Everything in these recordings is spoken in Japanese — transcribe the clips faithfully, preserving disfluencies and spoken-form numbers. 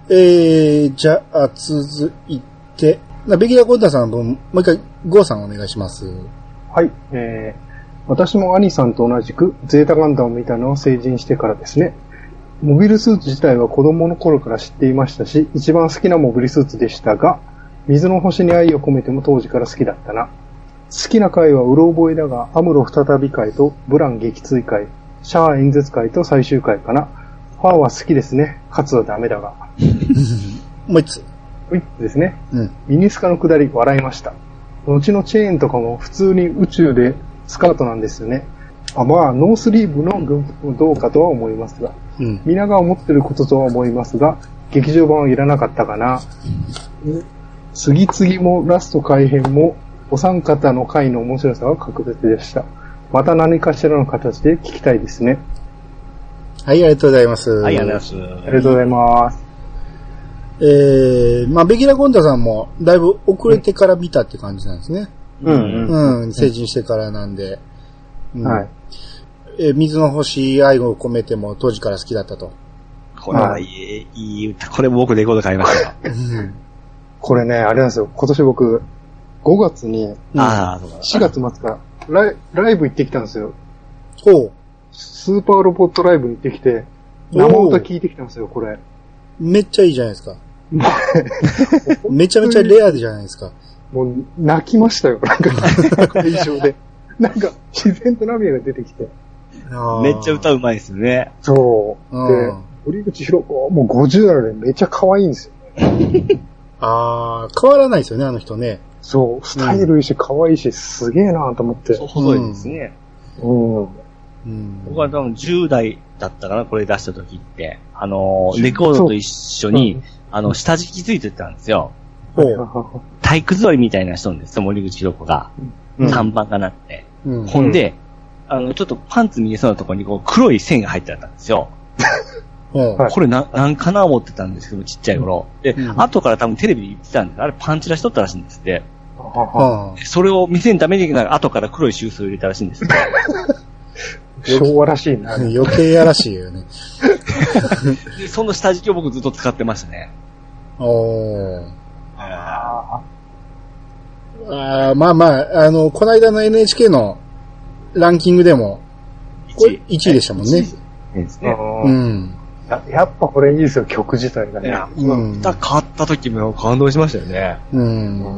えー、じゃあ、続いて、ベギラ・コンタさんの分、もう一回、ゴーさんお願いします。 はい、えー、私も兄さんと同じく、ゼータガンダムを見たのを成人してからですね。モビルスーツ自体は子供の頃から知っていましたし、一番好きなモビルスーツでしたが、水の星に愛を込めても当時から好きだったな。好きな回はうろ覚えだが、アムロ再び回とブラン撃墜回、シャア演説回と最終回かな。ファンは好きですね。勝つはダメだが。 もう一つ。もう一つですね。 うん。 ミニスカの下り笑いました。後のチェーンとかも普通に宇宙でスカートなんですよね。あ、まあ、ノースリーブの軍服もどうかとは思いますが。うん。皆が思ってることとは思いますが、劇場版はいらなかったかな。次々もラスト改編も、お三方の回の面白さは格別でした。また何かしらの形で聞きたいですね。 はい、ありがとうございます。 はい、ありがとうございます。 ありがとうございます。 えー、まあ、ベギラ・コンタさんも、だいぶ遅れてから見たって感じなんですね。 うん。 うん、うん、成人してからなんで。 うん、はい。 えー、水の星愛を込めても当時から好きだったと。 これはいい、いい歌。これも僕レコード買いましたよ。うん、 これね、あれなんですよ。今年僕、ごがつに、 あしがつ末からライ、ライブ行ってきたんですよ。 ほう。 スーパーロボットライブに行ってきて、生歌聴いてきたんですよ、これ。 めっちゃいいじゃないですか。めちゃめちゃレアじゃないですか。 もう、泣きましたよ、なんか、会場で。なんか、自然と涙が出てきて。 めっちゃ歌うまいですよね。 そう。で、堀口博子、もうごじゅう代でめっちゃ可愛いんですよね。 あー、変わらないですよね、あの人ね。 そう、スタイルいいし、可愛いし、すげえなと思って。 そう、細いですね。 うん。うん。 僕は多分じゅう代だったかな、これ出した時って。あの、レコードと一緒に、うん、あの、下敷きついてたんですよ。 ほう。 体育座りみたいな人なんですよ、森口博子が。 うん、 看板がなって。 うん、 ほんで、あの、ちょっとパンツ見えそうなところにこう黒い線が入ってあったんですよ。これな、なんかな思ってたんですけど、ちっちゃい頃。で、うん、後から多分テレビで言ってたんで、あれパンチラしとったらしいんですって。それを見せんために、後から黒いシューズを入れたらしいんですよ。 昭和らしいな。 余計やらしいよね。 で、その下敷きを僕ずっと使ってましたね。 おー。ああ、まあまあ、あの、この間の エヌエイチケー のランキングでも、これいちいでしたもんね。いいですね。 うん。 や, やっぱこれいいですよ、曲自体がね。 うん。歌変わった時も感動しましたよね。 うん。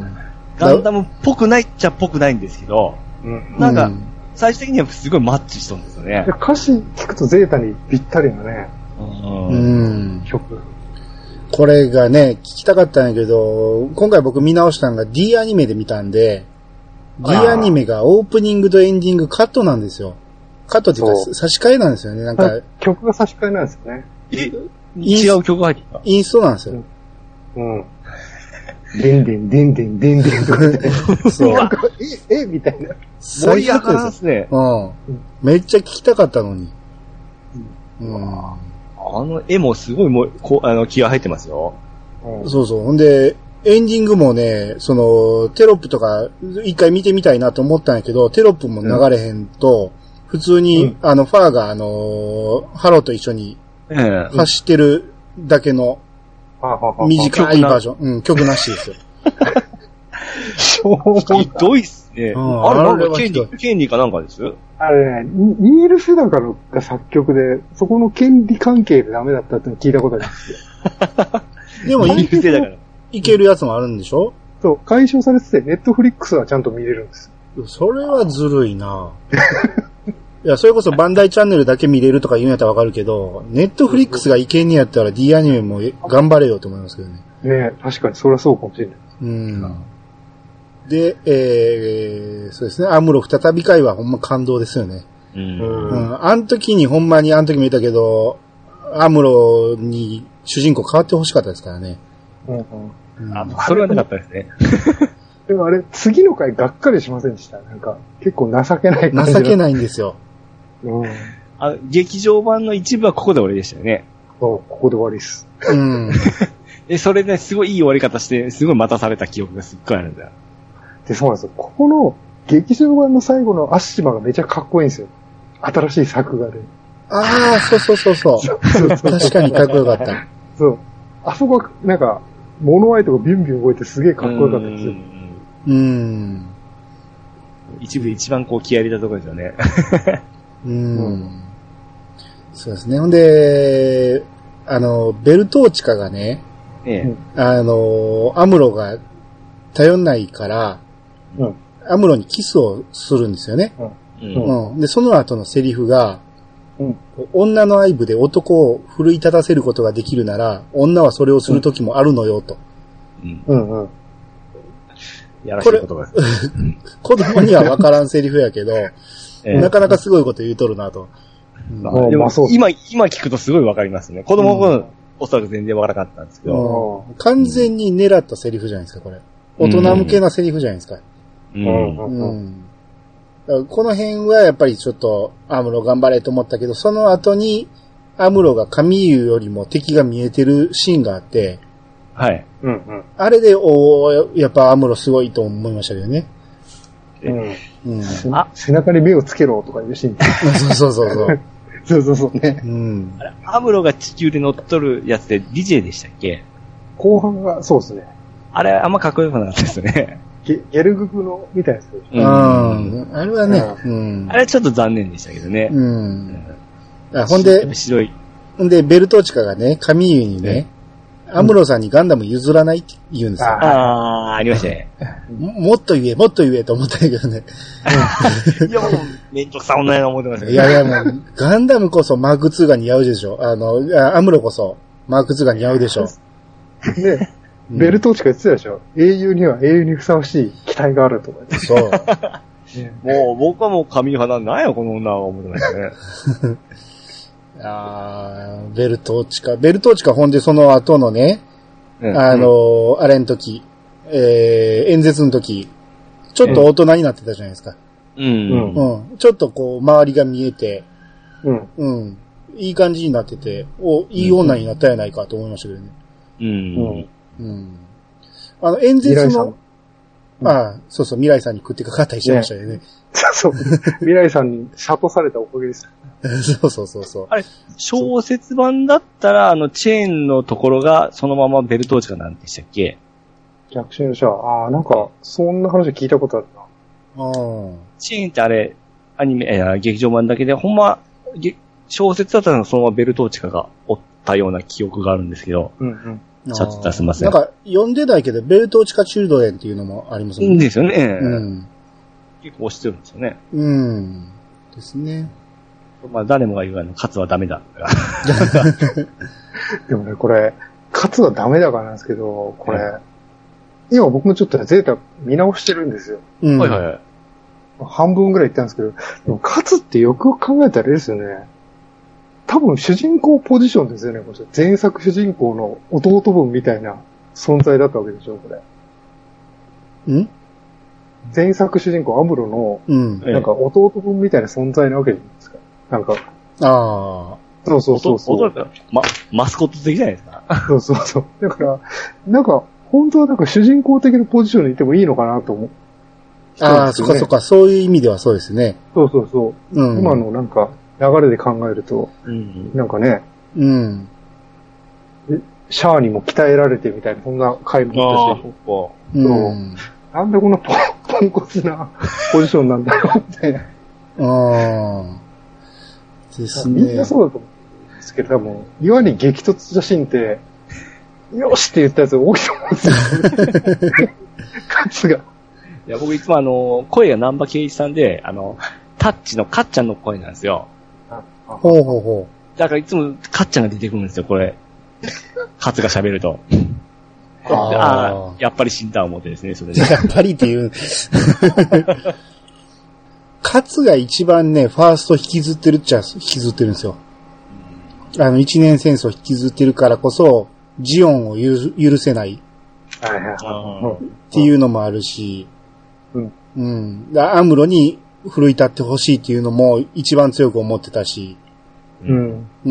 ガンダムっぽくないっちゃっぽくないんですけど、うん、なんか、最終的にはすごいマッチしとるんですよね。 歌詞聞くとゼータにぴったりなね。 うん。 曲。 これがね、聞きたかったんやけど、今回僕見直したのが D アニメで見たんで、D アニメがオープニングとエンディングカットなんですよ。カットっていうか差し替えなんですよね。なんか曲が差し替えなんですよね。 え、違う曲が入ってた？ インストなんですよ。 うん。でんでんでんでんでんでんとかって。そう。なんか、え、えみたいな。 盛り上がるんですね。 うん。めっちゃ聞きたかったのに。 うん。あの絵もすごいもう、こあの、気が入ってますよ。 うん、そうそう。ほんで、エンディングもね、その、テロップとか、一回見てみたいなと思ったんやけど、テロップも流れへんと、うん、普通に、うん、あの、ファーが、あの、ハローと一緒に、走ってるだけの、短いバージョン。うん、曲なしですよ。 ひどいっすね。うん、あれなんか、権利、権利かなんかですあれね、ニール・セダカが作曲で、そこの権利関係でダメだったって聞いたことありますよ。でも、いける、いけるやつもあるんでしょ？ そう、解消されてて、ネットフリックスはちゃんと見れるんです。 それはずるいないや、それこそバンダイチャンネルだけ見れるとか言うんやったらわかるけど、ネットフリックスがいけんねやったら D アニメも頑張れよと思いますけどね。 ねえ、確かにそれはそうかもしれない。 うん。で、えー、そうですね、アムロ再び回はほんま感動ですよね。 うん。 うん。あの時にほんまにあの時も言ったけど、アムロに主人公変わってほしかったですからね。 うんうん。あ、それはなかったですね。 でもあれ、次の回がっかりしませんでした。なんか、結構情けない感じ。 情けないんですよ。 うん。 あ、劇場版の一部はここで終わりでしたよね。 そう、ここで終わりです。 うん。 え、それね、すごいいい終わり方して、すごい待たされた記憶がすっごいあるんだよ。 で、そうなんですよ。ここの劇場版の最後のアッシマがめちゃかっこいいんですよ。新しい作画で。 ああ、そうそうそうそう。確かにかっこよかった。 そう。 あそこは、なんか、物合いとかビュンビュン動いてすげえかっこよかったですよ。 うん。 一部で一番こう気合い入れたところですよね。 うん。そうですね。ほんで、あの、ベルトーチカがね、ええ、あの、アムロが頼んないから、うん、アムロにキスをするんですよね。うんうん、で、その後のセリフが、うん、女の愛撫で男を奮い立たせることができるなら、女はそれをする時もあるのよ、と。うんうんうん。 やらしい言葉です。 子供には分からんセリフやけど、ええ、なかなかすごいこと言うとるなと。 まあ、でも今、今聞くとすごい分かりますね。子供分、うん、おそらく全然分からなかったんですけど、 うん。完全に狙ったセリフじゃないですか、これ。大人向けなセリフじゃないですか。うん。うんうん、この辺はやっぱりちょっと、アムロ頑張れと思ったけど、その後に、アムロがカミーユよりも敵が見えてるシーンがあって、はい。うんうん。あれで、おー、やっぱアムロすごいと思いましたけどね。 うん。うん、あ、背中に目をつけろとかいうシーン。 そうそうそうそう。 そうそうそうね。 うん。あれ、アムロが地球で乗っ取るやつで、ディジェでしたっけ？ 後半が、そうですね。 あれ、あんまかっこよくなかったですね。 ゲ, ゲルググの、みたいなやつでしょ。 うん。あれはね、 うん。あれちょっと残念でしたけどね。うん。 あ、ほんで、白い。ほんで、ベルトーチカがね、カミーユにね、アムロさんにガンダム譲らないって言うんですよ。 ああ、ありましたね。 も, もっと言え、もっと言えと思ったんだけどね。 いや、もう、めんどくさ女やな思ってましたけど。 いやいや、もう、ガンダムこそマークツーが似合うでしょ。あの、アムロこそマークツーが似合うでしょ。 ね、ベルトーチカ言ってたでしょ。英雄には英雄にふさわしい期待があるとか。 そう。 もう、僕はもう神派なんや、この女は思ってましたね。 あー、ベルトーチカ。ベルトーチカほんでその後のね、うん、あの、うん、あれの時、えー、演説の時、ちょっと大人になってたじゃないですか。うん。うん。ちょっとこう、周りが見えて、うん。うん。いい感じになってて、お、いい女になったやないかと思いましたけどね。うん。うん。うん。あの、演説の、ああ、そうそう、未来さんに食ってかかったりしてましたよね。ねそう。未来さんに諭されたおかげです。 そうそうそうそう。 あれ、小説版だったら、あの、チェーンのところが、そのままベルトーチカなんでしたっけ？ 逆襲のシャア。ああ、なんか、そんな話聞いたことあるな。 ああ。チェーンってあれ、アニメ、いや、劇場版だけで、ほんま、小説だったらそのままベルトーチカがおったような記憶があるんですけど。うんうん。ちょっとすみません。 なんか、読んでないけど、ベルトーチカチルドレンっていうのもありますもんね。 いいんですよね。うん。結構押してるんですよね。 うん。ですね。 まあ、誰もが言うが、勝つはダメだ。 でもね、これ、勝つはダメだからなんですけど、これ、うん、今僕もちょっとゼータ見直してるんですよ。うん。はいはいはい。半分ぐらい言ったんですけど、でも勝つってよく考えたらあれですよね。多分主人公ポジションですよね、これ。前作主人公の弟分みたいな存在だったわけでしょ、これ。ん前作主人公アムロの、うん、なんか弟分みたいな存在なわけじゃないですか。なんか。ああ。そうそうそうそう。 ま、マスコット的じゃないですか。 そうそうそう。だから、なんか、本当はなんか主人公的なポジションにいてもいいのかなと思う。 ああ、そっかそっか、そういう意味ではそうですね。 そうそうそう。うん、今のなんか、流れで考えると、うん、なんかね、うん。シャアにも鍛えられてみたいな、そんな回もあったし。そう、うん。なんでこんなポン、ポンコツなポジションなんだろうって。ああ。ですね。みんなそうだと思うんですけど、多分、岩に激突したシーンって、よしって言ったやつ多いと思うんですよ。カツが。 いや、僕いつもあの、声が南波圭一さんで、あの、タッチのカッちゃんの声なんですよ。 ほうほうほう。だからいつもカッちゃんが出てくるんですよ、これ。カツが喋ると。ああ、やっぱり死んだ思ってですね、それで。 やっぱりっていう。カツが一番ね、ファースト引きずってるっちゃ引きずってるんですよ。あの、一年戦争引きずってるからこそ、ジオンを許せない。っていうのもあるし、うん。うん。アムロに奮い立ってほしいっていうのも一番強く思ってたし、うん。うん。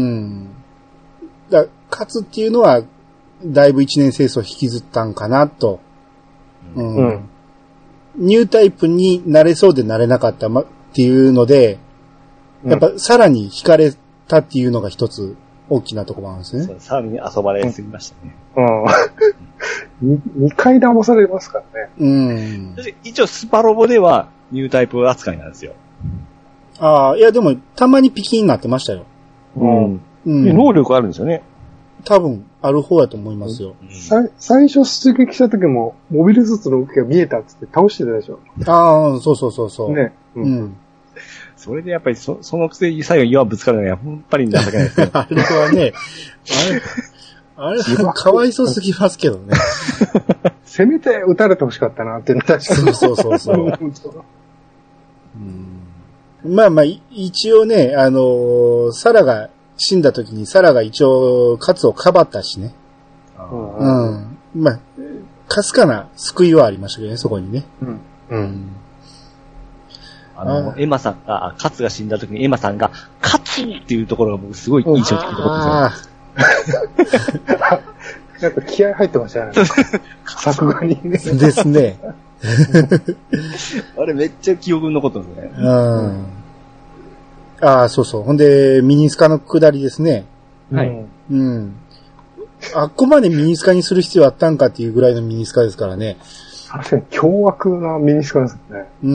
だ勝つっていうのは、だいぶ一年戦争引きずったんかなと。うん。うん、ニュータイプになれそうでなれなかったっていうので、やっぱさらに惹かれたっていうのが一つ大きなとこもあるんですね。 そう、さらに遊ばれすぎましたね。 うん。にかい騙されますからね。 うん。 一応スパロボではニュータイプ扱いなんですよ。 ああ、いやでもたまにピキになってましたよ。 うん。うん、能力あるんですよね。 多分、ある方やと思いますよ。 うん、さ最初出撃した時も、モビルスーツの動きが見えたっつって倒してたでしょ。 ああ、そうそうそうそう。 ね。 うん。うん、 それでやっぱりそ、そのくせ最後岩ぶつかるのはやっぱり情けないですね。 あれはね、あれ、あれはかわいそうすぎますけどね。 せめて撃たれてほしかったなっていうのは確かに。 そうそうそうそう。うん、まあまあ、一応ね、あのー、サラが、死んだ時にサラが一応カツをかばったしね。うん。まあ、かすかな救いはありましたけどね、そこにね。うん。うん。 あの、あエマさんが、カツが死んだ時にエマさんが、カツっていうところが僕すごい印象的なことですよ。 なんか気合入ってましたね。作画にね。 ですね。 あれめっちゃ記憶に残ってますね。 うん。ああ、そうそう。ほんで、ミニスカの下りですね。 はい。 うん。あっこまでミニスカにする必要あったんかっていうぐらいのミニスカですからね。 確かに凶悪なミニスカですね。 うん。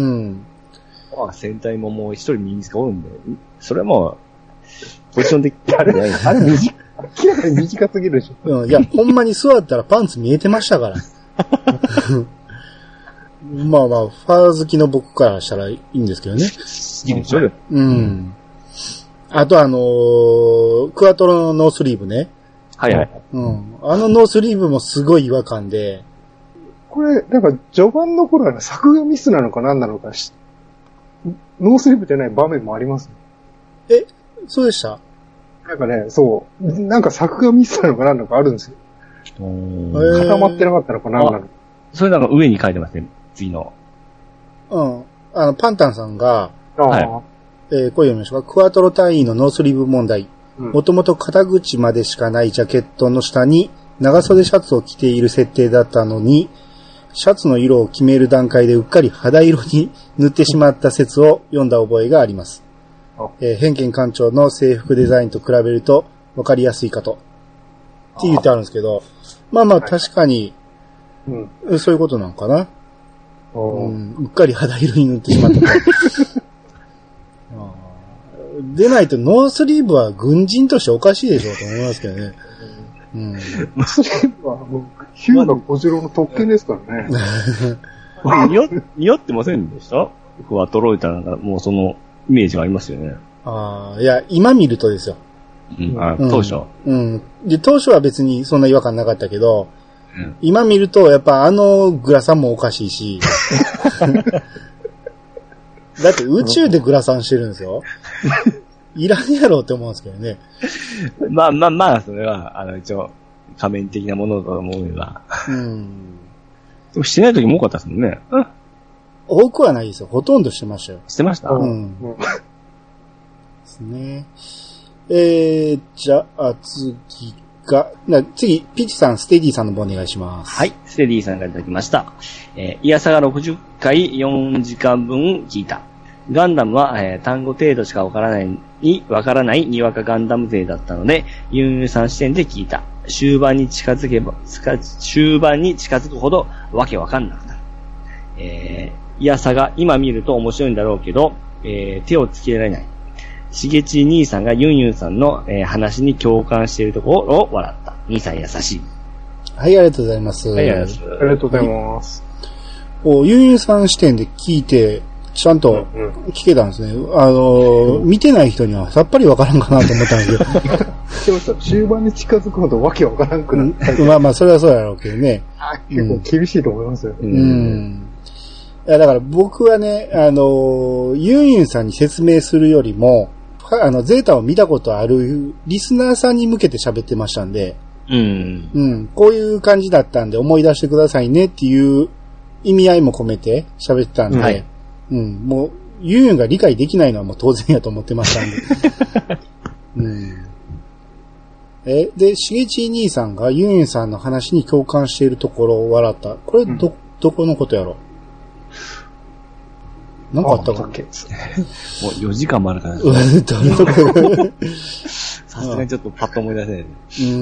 まあ、戦隊ももう一人ミニスカおるんで、それはもう、ポジションであれじゃないですあれ短、明らかに短すぎるでしょ。うん。いや、ほんまに座ったらパンツ見えてましたから。まあまあ、ファー好きの僕からしたらいいんですけどね。 いいでしょ。 うん。あとあのー、クワトロのノースリーブね。 はいはい。 うん。あのノースリーブもすごい違和感で。 これ、なんか序盤の頃は作画ミスなのか何なのかし、ノースリーブじゃない場面もあります、 ね。え、そうでした？ なんかね、そう。なんか作画ミスなのか何なのかあるんですよ。固まってなかったのか何なのか。 それなんか上に書いてますね。次の。 うん。あの、パンタンさんが、 はい。 えー、これ読みましょうか。クワトロ隊員のノースリーブ問題。もともと肩口までしかないジャケットの下に長袖シャツを着ている設定だったのに、シャツの色を決める段階でうっかり肌色に塗ってしまった説を読んだ覚えがあります。えー、偏見館長の制服デザインと比べると分かりやすいかと。って言ってあるんですけど、まあまあ確かに、うん、そういうことなのかな。うん、うっかり肌色に塗ってしまったと。でないとノースリーブは軍人としておかしいでしょうと思いますけどね。うん。ノースリーブはもう、ヒューガ小次郎の特権ですからね。 匂、匂ってませんでしたクワトロイタなんかもうそのイメージがありますよね。 ああ、いや、今見るとですよ。 うん、あ、当初、 うん。うん。で、当初は別にそんな違和感なかったけど、うん、今見るとやっぱあのグラサンもおかしいし、だって宇宙でグラサンしてるんですよ。いらんやろって思うんですけどね。 まあまあまあ、それは、あの、一応、仮面的なものだと思うが。うん。でもしてない時も多かったですもんね。うん。 多くはないですよ。ほとんどしてましたよ。 してました？ うん。ですね。えー、じゃあ次が、な次、ピチさん、ステディさんの方お願いします。 はい、ステディさんからいただきました。えー、イヤサがろくじゅっかいよんじかんぶん聞いた。ガンダムは、えー、単語程度しかわからないに、わからないにわかガンダム勢だったので、ユンユンさん視点で聞いた。終盤に近づけば、終盤に近づくほどわけわかんなくなる。えー、イヤサが今見ると面白いんだろうけど、えー、手をつけられない。しげち兄さんがユンユンさんの、えー、話に共感しているところを笑った。兄さん優しい。 はい、ありがとうございます。 はい、ありがとうございます。 ありがとうございます。 お、ユンユンさん視点で聞いて、ちゃんと聞けたんですね。うんうん、あのー、見てない人にはさっぱりわからんかなと思ったんだけど。 でもさ、終盤に近づくほどわけわからんくなった。 まあまあ、それはそうやろうけどね。 結構厳しいと思いますよ。 うん。うんいやだから僕はね、あのー、ユンユンさんに説明するよりも、あの、ゼータを見たことあるリスナーさんに向けて喋ってましたんで、 うん。 うん。こういう感じだったんで思い出してくださいねっていう意味合いも込めて喋ってたんで、はい、うん。もう、ユンユンが理解できないのはもう当然やと思ってましたんで。うん。え、で、しげち兄さんがユンユンさんの話に共感しているところを笑った。これ、ど、うん、どこのことやろなんかあったかっけもうよじかんもあるから。さすがにちょっとパッと思い出せない。うん。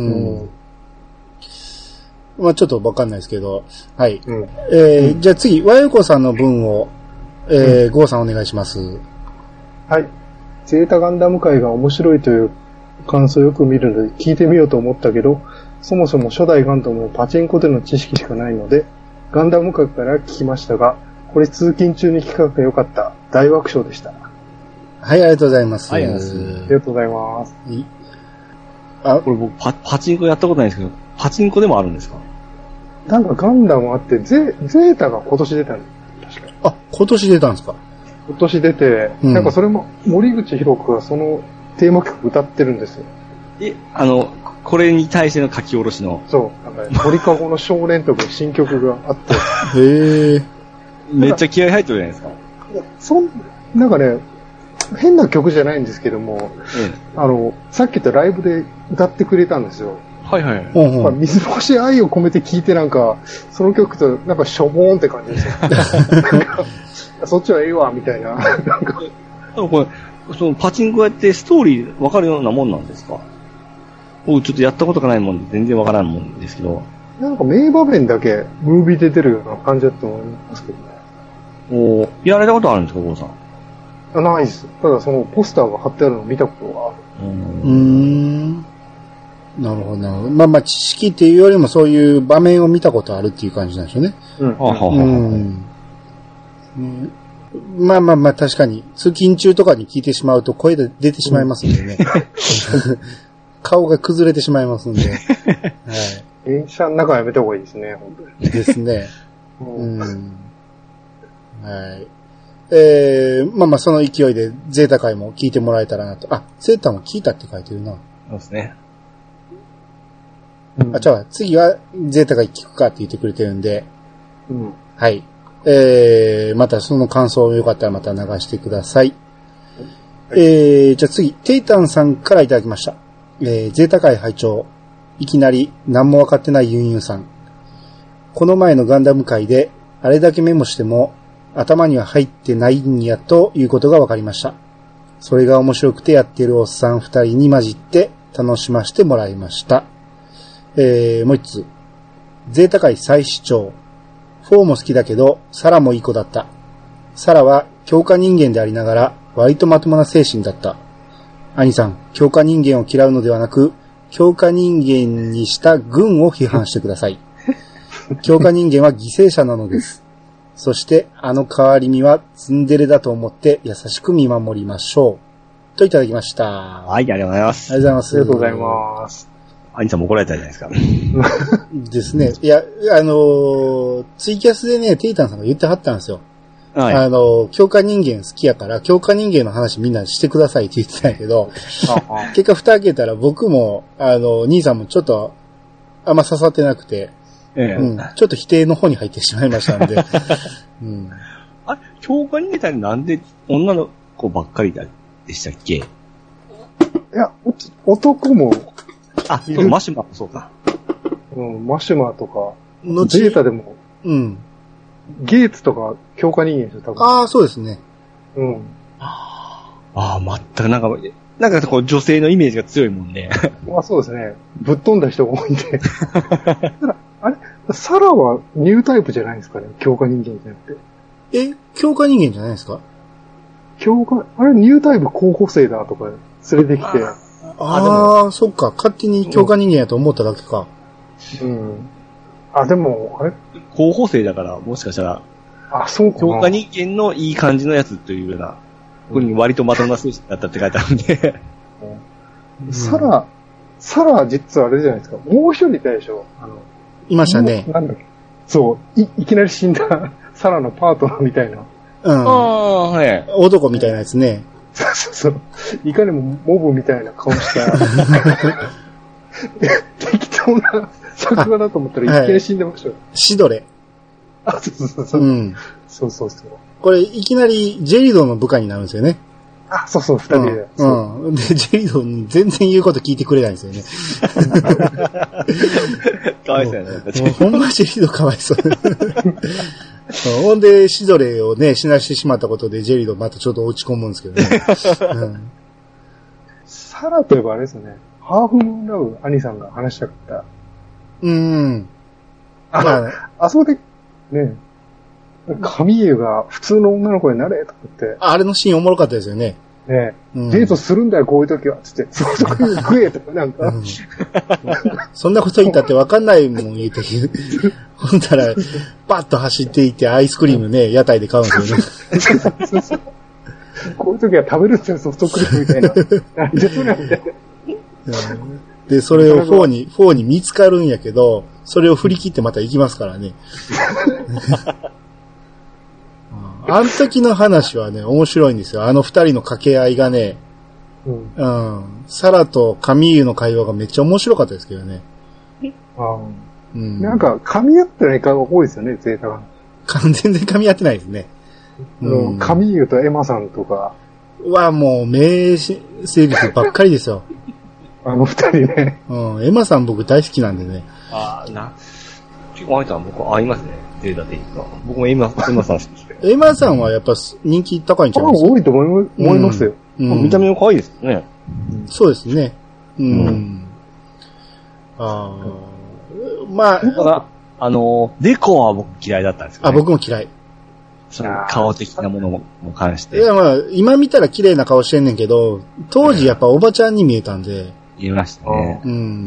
まあちょっとわかんないですけど。はい。うん、えーうん、じゃあ次、和洋子さんの分を、えー、ゴーさんお願いします。 はい。ゼータガンダム界が面白いという感想をよく見るので聞いてみようと思ったけど、そもそも初代ガンダムのパチンコでの知識しかないので、ガンダム界から聞きましたが、これ通勤中に聞かなくてよかった。大爆笑でした。 はい、ありがとうございます。 はい、ありがとうございます。 あ、これ僕パ、パチンコやったことないんですけど、パチンコでもあるんですか？ なんかガンダムあって、ゼ、ゼータが今年出たんです。確か。あ、今年出たんですか？ 今年出て、うん、なんかそれも森口博子がそのテーマ曲歌ってるんですよ。 え、あの、これに対しての書き下ろしの。 そう。なんか、ね、森かごの少年とか新曲があって。 へえ。 めっちゃ気合入ってるじゃないですか。 そん、なんかね、変な曲じゃないんですけども、うん、あの、さっき言ったライブで歌ってくれたんですよ。 はいはい。 まあ、水星愛を込めて聴いてなんか、その曲となんかしょぼーんって感じですよ。そっちはええわ、みたいな。なんかこれ、そのパチンコやってストーリーわかるようなもんなんですか？僕ちょっとやったことがないもんで全然わからんもんですけど。 なんか名場面だけムービーで出るような感じだと思いますけどね。 おー、やられたことあるんですか、ゴーさん？ あ、ないです。ただそのポスターが貼ってあるのを見たことがある。 うーん。なるほどなるほど。まあまあ知識っていうよりもそういう場面を見たことあるっていう感じなんでしょうね。うん。うん。ね、まあまあまあ確かに通勤中とかに聞いてしまうと声で出てしまいますんでね。うん、顔が崩れてしまいますんで。はい。 電車の中はやめた方がいいですね、本当に。 ですね。うん。はい。えー、まあまあその勢いでゼータ回も聞いてもらえたらなと。あ、ゼータも聞いたって書いてるな。 そうですね。 うん、あ、じゃあ次はゼータ回聞くかって言ってくれてるんで。うん。はい。えー、またその感想よかったらまた流してください。はい、えー、じゃあ次、テイタンさんからいただきました。えー、ゼータ会拝聴いきなり何もわかってないユンユンさん。この前のガンダム会であれだけメモしても頭には入ってないんやということがわかりました。それが面白くてやってるおっさん二人に混じって楽しませてもらいました。えー、もう一つ。ゼータ会再視聴。フォーも好きだけど、サラもいい子だった。サラは強化人間でありながら割とまともな精神だった。兄さん、強化人間を嫌うのではなく、強化人間にした軍を批判してください。強化人間は犠牲者なのです。そしてあの変わり身はツンデレだと思って優しく見守りましょう。といただきました。 はい、ありがとうございます。 ありがとうございます。 ありがとうございます。 兄さんも怒られたじゃないですか。 ですね。いや、あのー、ツイキャスでね、テイタンさんが言ってはったんですよ。はい。あの、強化人間好きやから、強化人間の話みんなしてくださいって言ってたんやけど、結果蓋開けたら僕も、あの、兄さんもちょっと、あんま刺さってなくて、ええ、うん、ちょっと否定の方に入ってしまいましたんで。うん、 あれ、強化人間ってなんで女の子ばっかりでしたっけ？いや、男も、 あ、そう、マシュマーそうか。 うん、マシュマーとか、ゼータでも、うん。ゲーツとか強化人間ですよ、多分。 ああ、そうですね。 うん。 ああ、全くなんか、なんかこう女性のイメージが強いもんね。 まあそうですね。ぶっ飛んだ人が多いんで。あれサラはニュータイプじゃないですかね、強化人間じゃなくて。え、強化人間じゃないですか？ 強化、あれニュータイプ候補生だとか連れてきて。 ああ、そっか。勝手に強化人間やと思っただけか。 うん。うん、あ、でも、あれ候補生だから、もしかしたら。 あ、そうかな。 強化人間のいい感じのやつというような、ここに割とまともな数字だったって書いてあるんで。 うん、サラ、サラ実はあれじゃないですか。もう一人いたでしょ。あの、 いましたね。 なんだっけ。そう。い、いきなり死んだサラのパートナーみたいな。 うん。ああ、はい。男みたいなやつね。 そうそうそう。いかにもモブみたいな顔した。適当な作画だと思ったらいきなり死んでましたよ。はい、 シドレ。 あ、そうそうそう。うん。そうそうそう。 これ、いきなりジェリドの部下になるんですよね。 あ、そうそう、二人で。 うん。うん、で、ジェリドン全然言うこと聞いてくれないんですよね。 かわいそうやね。 もうほんまジェリドンかわいそう。ほんで、シドレをね、死なしてしまったことで、ジェリドまたちょっと落ち込むんですけどね。うん、 サラといえばあれですよね。ハーフムーンラブ、アニさんが話したかった。 うん。 あ、まあ、あそこで、ね、神優が普通の女の子になれとか言って。 あれのシーンおもろかったですよね。 ね、うん、デートするんだよ、こういう時は。つって、そこそこに食えとか、なんか、うん。 そんなこと言ったって分かんないもん言うて、ほんだら、パッと走っていってアイスクリームね、屋台で買うんですよね。そうそう、こういう時は食べるんですよ、ソフトクリームみたいな。なんでそれなんで。 で、それをフォーに、フォーに見つかるんやけど、それを振り切ってまた行きますからね。あの時の話はね、面白いんですよ。あの二人の掛け合いがね、うん、うん。サラとカミーユの会話がめっちゃ面白かったですけどね。 あ、うん、なんか、噛み合ってない会話多いですよね、ゼータが。 全然噛み合ってないですね。 うん、カミーユとエマさんとか。 はもう名セービスばっかりですよ。 あの二人ね。 うん。エマさん僕大好きなんでね。 ああ、な。結構あいたら僕合いますね。ゼータでいいか。僕もエマ、エマさん好きです。 エマさんはやっぱ人気高いんちゃいますか？ 多いと思い、思いますよ。 うんうん、見た目も可愛いですね。 そうですね。うん。うん、ああ。まあ。 ただ、あの、猫は僕嫌いだったんですよ、ね。 あ、僕も嫌い。 その顔的なものも関して。 いやまあ、今見たら綺麗な顔してんねんけど、当時やっぱおばちゃんに見えたんで。 言いましたね。 うん。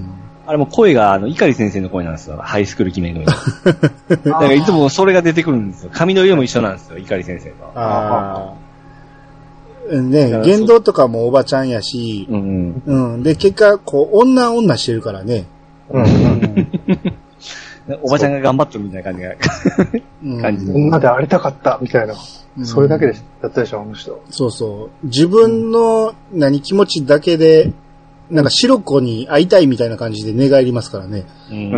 あれも声が、あの、碇先生の声なんですよ。ハイスクール決めの。だからいつもそれが出てくるんですよ。髪の色も一緒なんですよ、碇先生と。 ああ。ね、言動とかもおばちゃんやし、うん、うん。で、結果、こう、女女してるからね。うん。 おばちゃんが頑張ってるみたいな感じが、感じで。女でありたかった、みたいな。うん、それだけでやったでしょ、あの人。 そうそう。自分の、何、気持ちだけで、なんか白子に会いたいみたいな感じで寝返りますからね。うん。うん。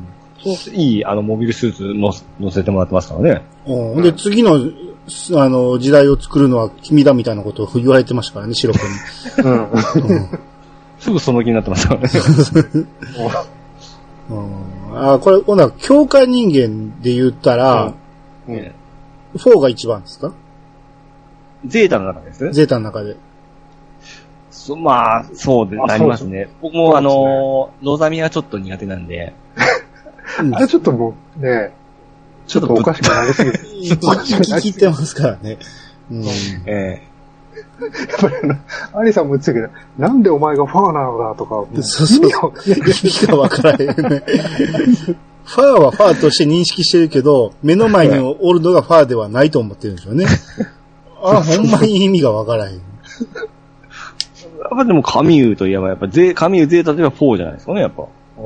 そういい、あの、モビルスーツの乗せてもらってますからね。 うん。で、次の、あの、時代を作るのは君だみたいなことを言われてましたからね、白子に。うん。うん、 すぐその気になってますからね。 うん、あ、これ、今度は強化人間で言ったら、うんうん、フォーが一番ですか？ ゼータの中ですね。 ゼータの中で。 そまあ、そうでなりますね。僕も、あの、ロザミはちょっと苦手なんで。 あれちょっともう、ね、ちょっとおかしくなりすぎて。 聞きてますからね。うん、 ええ。やっぱりあの、アリさんも言ってたけど、なんでお前がファーなのだとか、 そうそう。意味がわからへんね。ファーはファーとして認識してるけど、目の前におるのがファーではないと思ってるんでしょうね。あ、ほんまに意味がわからへん。 やっぱでもカミューといえばやっぱゼカミューゼータといえばフォーじゃないですかね、やっぱ。うん、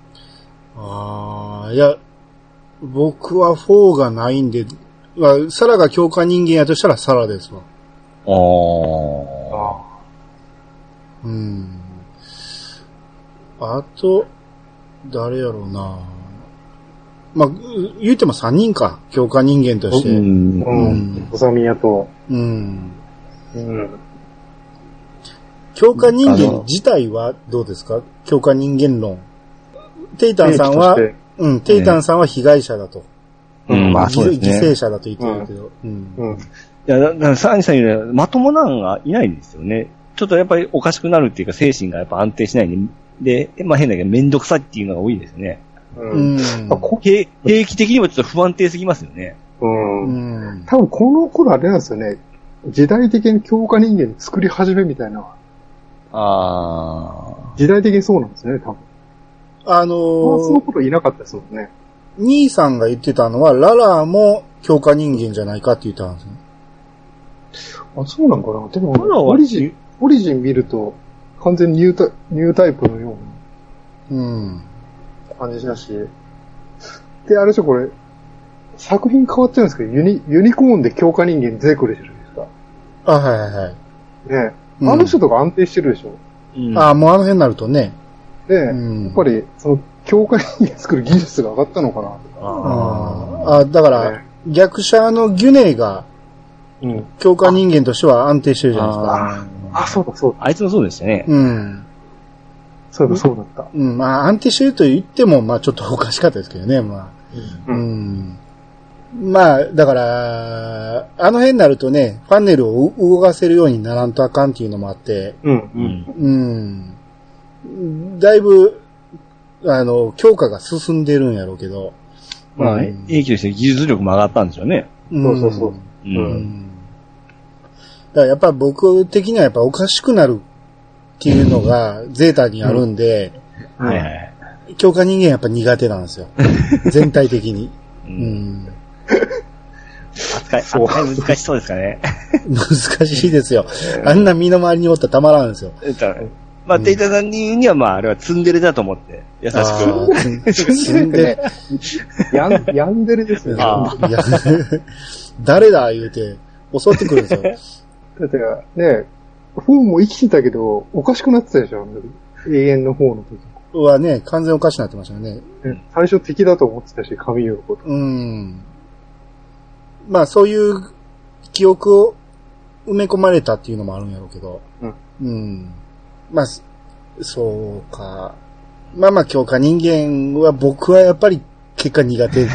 ああ、いや、僕はフォーがないんで、サラが強化人間やとしたらサラですわ。ああ。うん。あと、誰やろうな。まあ、言うてもさんにんか。強化人間として。うん。 うん。おさみやと。うん。 うん。強化人間自体はどうですか？強化人間論。テイタンさんは、うん、テイタンさんは被害者だと。 うん、まあそうですね。 犠牲者だと言ってるけど。うん。うん。 いや、だから、サーニさん言うように、まともなんがいないんですよね。ちょっとやっぱりおかしくなるっていうか、精神がやっぱ安定しないんで、で、まあ変だけど、めんどくさいっていうのが多いですよね。うん。兵器的にもちょっと不安定すぎますよね。 うん。うん、多分この頃あれなんですよね。時代的に強化人間作り始めみたいな。ああ。時代的にそうなんですね、多分。 あのー、 その頃いなかったですもんね。 兄さんが言ってたのは、ララも強化人間じゃないかって言ったんですね。 あ、そうなのかな。でも、オリジン、オリジン見ると、完全にニュータイプ、ニュータイプのような、うん。感じだし。で、あれでしょ、これ、作品変わっちゃうんですけど、ユニ、ユニコーンで強化人間出てくるじゃないですか。 あ、はいはいはい。 ね、うん、あの人とか安定してるでしょ。 うん、あ、もうあの辺になるとね。 で、うん、やっぱり、その、強化人間作る技術が上がったのかな。 ああ、だから、ね、逆者のギュネが、 うん。強化人間としては安定してるじゃないですか。あ、あそうだそうだ。 あいつもそうでしたね。 うん。 そうだそうだった。 うん、まあ安定してると言っても、まあちょっとおかしかったですけどね、まあ。うん。うんまあ、だから、あの辺になるとね、ファンネルを動かせるようにならんとあかんっていうのもあって、 うん、 うん。うん。だいぶ、あの、強化が進んでるんやろうけど。 まあ、影響して技術力も上がったんでしょうね。 うん、そうそうそう。 うん。うん、だからやっぱ僕的にはやっぱおかしくなるっていうのがゼータにあるんで、 うん、はいはい。 強化人間やっぱ苦手なんですよ。全体的に。うん。うん扱い、扱い難しそうですかね。 難しいですよ。あんな身の回りにおったらたまらんですよ。 まあ、データさんにはまあ、あれはツンデレだと思って、優しく。 ツンデレ。 やん、やんでるですよね。 誰だ言うて、襲ってくるんですよ。 だってね、フォーも生きてたけど、おかしくなってたでしょ、永遠の方の時。 はね、完全おかしくなってましたよね。 最初敵だと思ってたし、神代のこと。 うん。まあそういう記憶を埋め込まれたっていうのもあるんやろうけど。うん。うん。まあ、そうか。まあまあ強化人間は僕はやっぱり結果苦手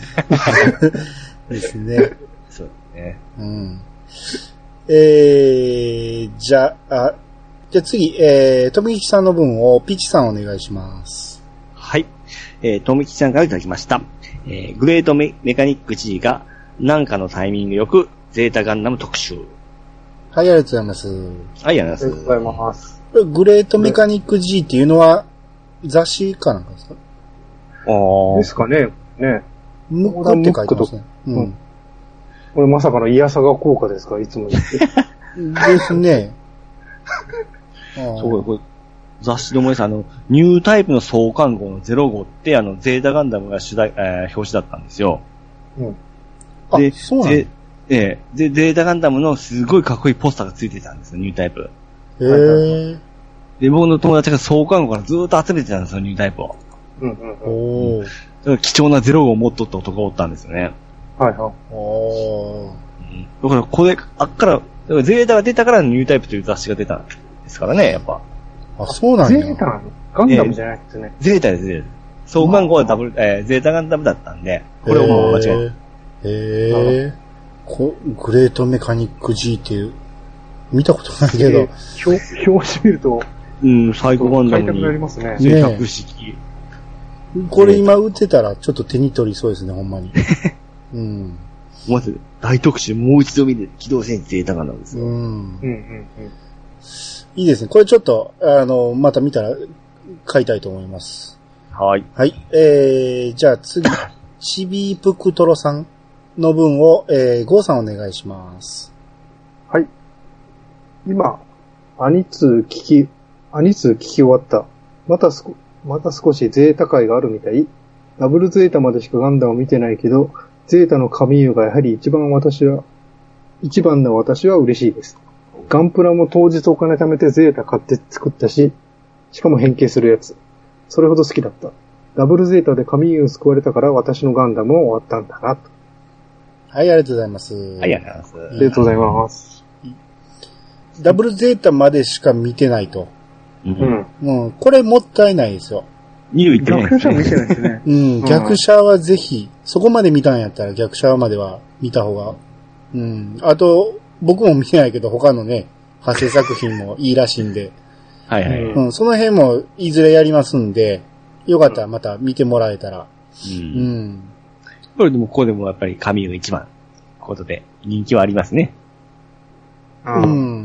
ですね。 そうですね。 うん。えー、じゃあ、じゃあ次、えー、富吉さんの分をピチさんお願いします。 はい。えー、富吉さんからいただきました。えー、グレート メ, メカニック G がなんかのタイミングよくゼータガンダム特集。 はい、ありがとうございます。 はい、ありがとうございます。 グレートメカニック G っていうのは雑誌かなんかですか？ ああ。ですかね。ね。 ムックって書いてますね。うん。 これまさかのイヤサガ効果ですか？いつも言って。 ですね。 そう、これ、雑誌のもです。あの、ニュータイプの創刊号のゼロ号って、あの、ゼータガンダムが主題、えー、表紙だったんですよ。 うん。で、あ、そうなんで、えー、で、ゼータガンダムのすごいかっこいいポスターがついてたんですよ、ニュータイプ。 へー。 で、僕の友達が創刊号からずーっと集めてたんですよ、ニュータイプを。 うんうんうん。 おー。 貴重なゼロ号を持っとった男がおったんですよね。 はいはい。 おー。 だから、これ、あっから、ゼータが出たからニュータイプという雑誌が出たんですからね、やっぱ。 あ、そうなんだ。 ゼータガンダムじゃないですね。 えー、ゼータです、ゼータ。創刊号はダブル、えー、ゼータガンダムだったんで、これをもう間違えた。へえ。こグレートメカニック G っていう、見たことないけど。 表、表紙見ると、 うん、サイコガンダムに。 買いたくなりますね。 ひゃく式。 これ今売ってたらちょっと手に取りそうですね、ほんまに。うん。 まず、大特集もう一度見て、機動戦士ゼータガンダムですよ。 うん。 うんうんうん。 いいですね。これちょっと、あの、また見たら買いたいと思います。 はい。 はい。えー、じゃあ次、チビープクトロさんの分を、えー、ゴーさんお願いします。 はい。今、アニツー聞き、アニツー聞き終わった。またすこ、また少しゼータ界があるみたい。ダブルゼータまでしかガンダムを見てないけど、ゼータの神優がやはり一番私は、一番の私は嬉しいです。ガンプラも当日お金貯めてゼータ買って作ったし、しかも変形するやつ。それほど好きだった。ダブルゼータで神優を救われたから私のガンダムも終わったんだなと。 はい、ありがとうございます。 ありがとうございます。 ありがとうございます。 ダブルゼータまでしか見てないと。 うん。 うん。これもったいないですよ。 見るってね。 逆者は見てないですね。 うん。逆者はぜひ、そこまで見たんやったら逆者までは見た方が。うん。あと、僕も見てないけど他のね、派生作品もいいらしいんで。 はいはい。 うん。その辺もいずれやりますんで、よかったらまた見てもらえたら。 うん。 うん。 これでもここでもやっぱり神が一番、ことで人気はありますね。 うん。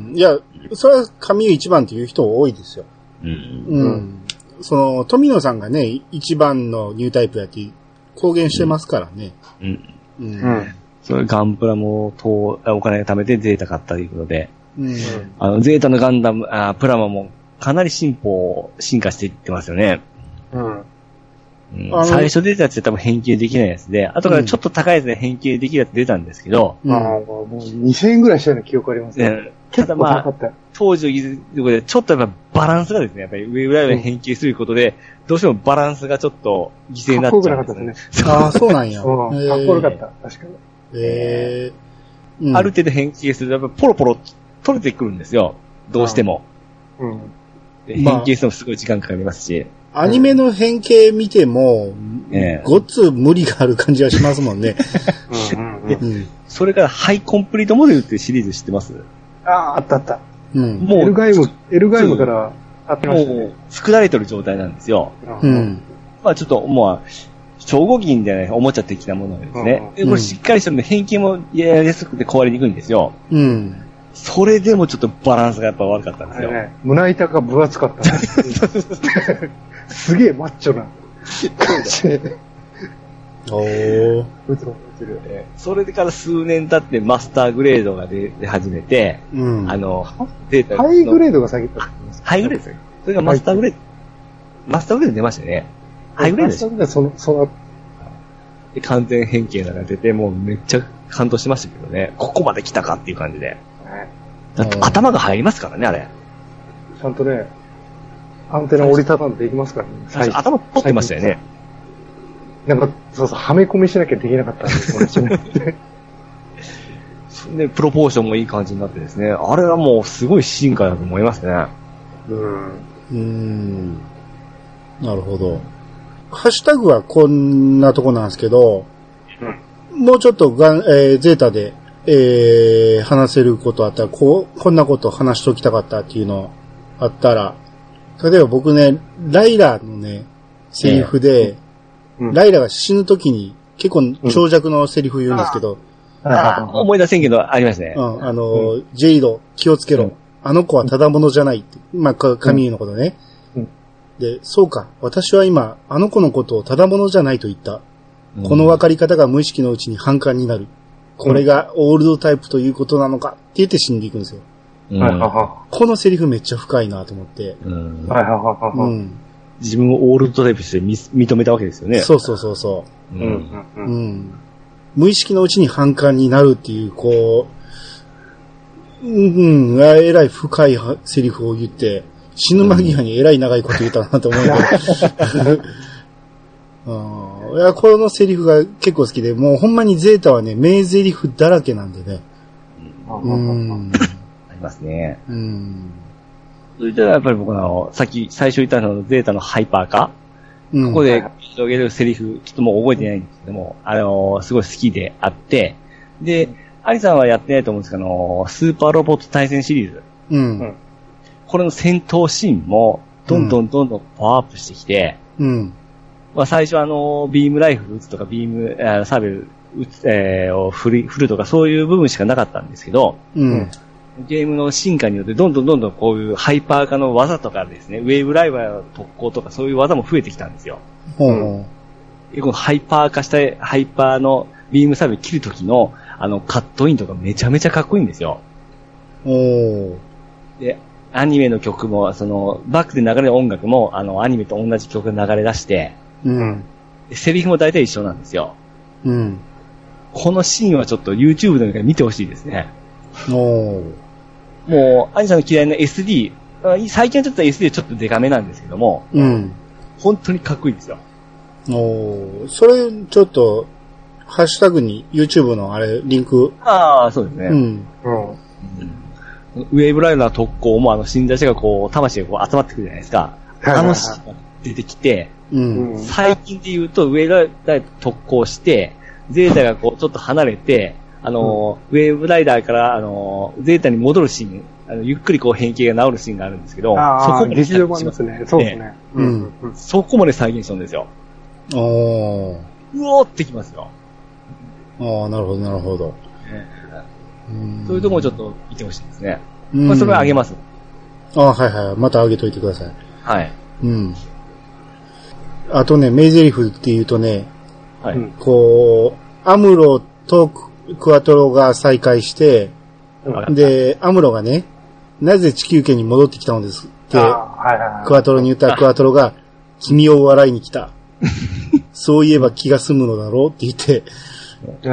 いや、それは神優一番っていう人多いですよ。 うん。 うん。その、富野さんがね、一番のニュータイプやって公言してますからね。 うん。 うん。 うん。 それガンプラも、と、お金貯めてゼータ買ったということで。 うん。 あの、ゼータのガンダム、あプラマもかなり進歩、進化していってますよね。 うん。 うん、最初出たやつで多分変形できないやつで、後からちょっと高いやつで変形できるやつ出たんですけど、 うん、ああ、もうにせんえんぐらいしたような記憶ありますね。 ねただまあ、当時の技術でちょっとやっぱバランスがですね、やっぱり上裏へ変形することで、うん、どうしてもバランスがちょっと犠牲になっちゃうんですね。 かっこよくなかったですね。 ああ、そうなんや。 うん、かっこよかった、確かに。 えうん、ある程度変形すると、やっぱポロポロ取れてくるんですよ。どうしても。うん。変形するのもすごい時間かかりますし。 まあ、アニメの変形見ても、えー、ごっつ無理がある感じがしますもんね。 うんうんうん、それからハイコンプリートモデルっていうシリーズ知ってます？ ああ、あったあった。うん。もう、エルガイム、エルガイムからあってましたね。もう、 作られてる状態なんですよ。うん。まあちょっと、もう、超合金じゃないおもちゃ的なものですね。うん、これしっかりしてるので変形もやりやすくて壊れにくいんですよ。うん。それでもちょっとバランスがやっぱ悪かったんですよ。ね、 胸板が分厚かった。すげえマッチョな。 おー。それから数年経ってマスターグレードが出始めて、うん、あの、 データハイグレードが先だったんですか？ハイグレードですね。それがマスターグレード。マスターグレード出ましたよね。ハイグレードです。マスターグレードその、その、で完全変形が出て、もうめっちゃ感動しましたけどね。ここまで来たかっていう感じで。だって頭が入りますからね、あれ。 ちゃんとね、アンテナ折りたたんでできますからね。 最初頭取ってましたよね。 なんか、そうそう、はめ込みしなきゃできなかったんですよね。 で、プロポーションもいい感じになってですね。あれはもうすごい進化だと思いますね。 うん。うーん。なるほど。ハッシュタグはこんなとこなんですけど、うん、もうちょっとがん、えー、ゼータで、えー、話せることあったら、こう、こんなこと話しときたかったっていうのあったら、例えば僕ね、ライラのね、セリフで、えーうん、ライラが死ぬときに結構長尺のセリフ言うんですけど、 うん、ああ思い出せんけど、ありますね。 うん、あの、うん、ジェイド、気をつけろ。うん、あの子はただものじゃないって。まあ、神優のことね。うん、で、そうか。私は今、あの子のことをただものじゃないと言った。うん、この分かり方が無意識のうちに反感になる。これがオールドタイプということなのかって言って死んでいくんですよ。うん、このセリフめっちゃ深いなと思って。うん、 うん自分をオールドタイプして認めたわけですよね。 そうそうそうそう。うんうんうんうん、無意識のうちに反感になるっていう、こう、うんうん、えらい深いセリフを言って、死ぬ間際にえらい長いこと言ったなと思うけど。うん、いや、このセリフが結構好きで、もうほんまにゼータはね、名セリフだらけなんでね。 うん。ありますね。うん。それではやっぱり僕の、さっき最初言ったのゼータのハイパー化、うん、ここで広げるセリフ、ちょっともう覚えてないんですけども、あのー、すごい好きであって、で、アリさんはやってないと思うんですけど、あのー、スーパーロボット対戦シリーズ。うん。これの戦闘シーンも、どんどんどんどんパワーアップしてきて、うん。まあ最初あのー、ビームライフル撃つとか、ビーム、えー、サーベル撃つ、えー、を振り、振るとか、そういう部分しかなかったんですけど、うん。ゲームの進化によってどんどんどんどんこういうハイパー化の技とかですね、ウェーブライバーの特攻とかそういう技も増えてきたんですよ。うん。このハイパー化したハイパーのビームサーベル切るときのあのカットインとかめちゃめちゃかっこいいんですよ。おー。で、アニメの曲も、その、バックで流れる音楽もあのアニメと同じ曲が流れ出して、うん。でセリフも大体一緒なんですよ。うん。このシーンはちょっと YouTube で見てほしいですね。おー。もう、アニさんの嫌いな エスディー、最近はちょっと エスディー ちょっとデカめなんですけども、うん。本当にかっこいいですよ。 おー、それ、ちょっと、ハッシュタグに YouTube のあれ、リンク。 ああ、そうですね。うん。うん。ウェーブライダー特攻もあの、死んだ人がこう、魂がこう集まってくるじゃないですか。あのシーンが出てきて、うん。最近で言うと、ウェーブライダー特攻して、ゼータがこう、ちょっと離れて、あの、うん、ウェーブライダーから、あの、ゼータに戻るシーン、あの、ゆっくりこう変形が治るシーンがあるんですけど、そこまで劇場版ですね。そうですね。 うん。うん、そこまで再現したんですよ。おー。うおーってきますよ。 ああ、なるほど、なるほど。ね、 うんそういうところをちょっと見てほしいですね。まあ、それはあげます。 ああ、はいはい。またあげといてください。 はい。うん。 あとね、名台詞って言うとね、はい。こう、アムロとクワトロが再会して、で、アムロがね、なぜ地球圏に戻ってきたのですって、はいはいはい、クワトロに言ったらクワトロが、君を笑いに来た。そういえば気が済むのだろうって言って、うん、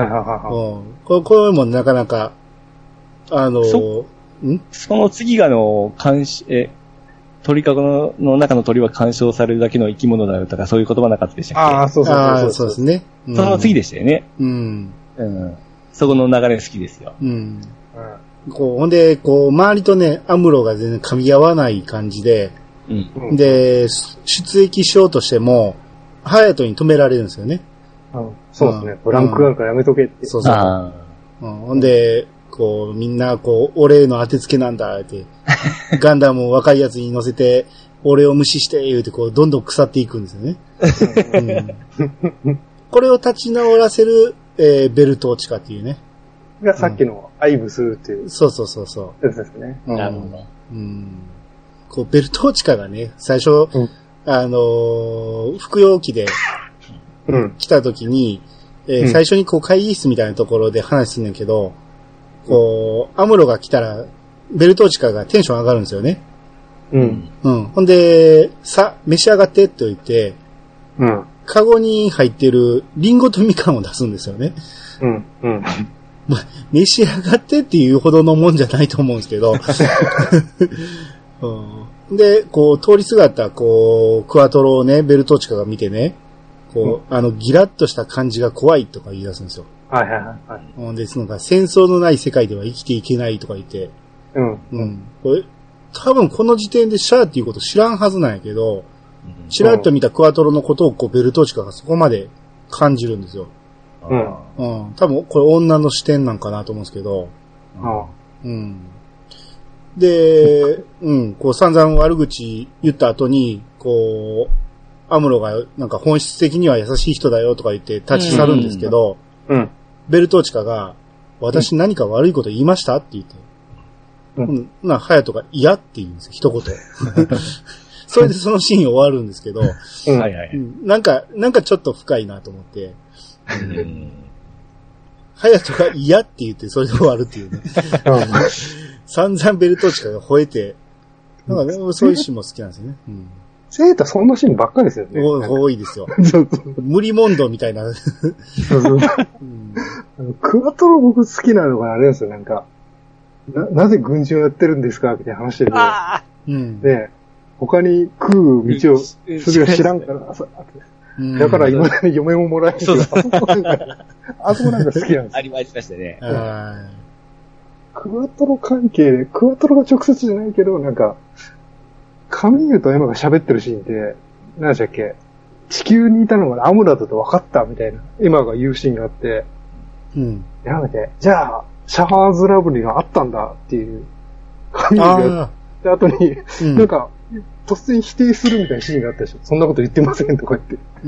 こ, これもなかなか、あの、 そ, んその次があの、監視、え、鳥かご の, の中の鳥は干渉されるだけの生き物だよとかそういう言葉なかったでしたっけ？ ああ、そうそうそうそう。そうですね、 うん。その次でしたよね。うん。うん。 そこの流れ好きですよ。 うん。こう、ほんで、こう、周りとね、アムロが全然噛み合わない感じで、うん、で、出撃しようとしても、ハヤトに止められるんですよね。 うん、そうですね、うん。ブランクがあるからやめとけって。 そうそう。うん、ほんで、こう、みんな、こう、俺の当てつけなんだ、って、ガンダムを若いやつに乗せて、俺を無視して、言うて、こう、どんどん腐っていくんですよね。うん、これを立ち直らせる、えー、ベルトーチカっていうね。 がさっきのアイブスっていう、うん。 そうそうそうそう。 やつですね。 なるほど。 うん。こう、ベルトーチカがね、最初、うん、あのー、服用機で、うん、来た時に、えーうん、最初にこう会議室みたいなところで話すんだけど、こう、アムロが来たら、ベルトーチカがテンション上がるんですよね。 うん。 うん。ほんで、さ、召し上がってって言って、うん。カゴに入ってるリンゴとみかんを出すんですよね。 うん。うん。 ま、召し上がってっていうほどのもんじゃないと思うんですけど。うん、で、こう、通りすがった、こう、クワトロをね、ベルトーチカが見てね、こう、うん、あの、ギラッとした感じが怖いとか言い出すんですよ。 はいはいはい。 うん、で、そのか、戦争のない世界では生きていけないとか言って、 うん。 うん。これ、多分この時点でシャーっていうこと知らんはずなんやけど、チラッと見たクワトロのことをこうベルトーチカがそこまで感じるんですよ。 うん。 うん。多分これ女の視点なんかなと思うんですけど、 うん。 うん。で、うん、こう散々悪口言った後に、こう、アムロがなんか本質的には優しい人だよとか言って立ち去るんですけど、 うん。うん、 ベルトーチカが、私何か悪いこと言いましたって言って、うん。な、ハヤトが嫌って言うんですよ、一言。それでそのシーン終わるんですけど、 うん、はいはい。 なんか、なんかちょっと深いなと思って、ハヤトが嫌って言ってそれで終わるっていうね。散々ベルトーチカが吠えて、なんかね、そういうシーンも好きなんですよね。うん、 セータそんなシーンばっかりですよね。 多いですよ。無理問答みたいな。そうそう、 うん、クワトロ僕好きなのがあれですよ、なんか。な、なぜ軍人をやってるんですかみたいな話で、ね。 うん、 で、他に食う道をするか知らんからさ、うん、だから今まで嫁ももらえるけど、あそこなんか、あそこなんか好きなんですよ。 ありましたね。 クワトロ関係で、クワトロが直接じゃないけど、なんか、カミーユとエマが喋ってるシーンで、何でしたっけ、地球にいたのがアムラだと分かったみたいな、エマが言うシーンがあって、 うん。 やめて、じゃあ、シャハーズラブリーがあったんだっていう、カミーユが言った後に、うん、なんか、突然否定するみたいなシーンがあったでしょ。そんなこと言ってませんとか言って。 うん。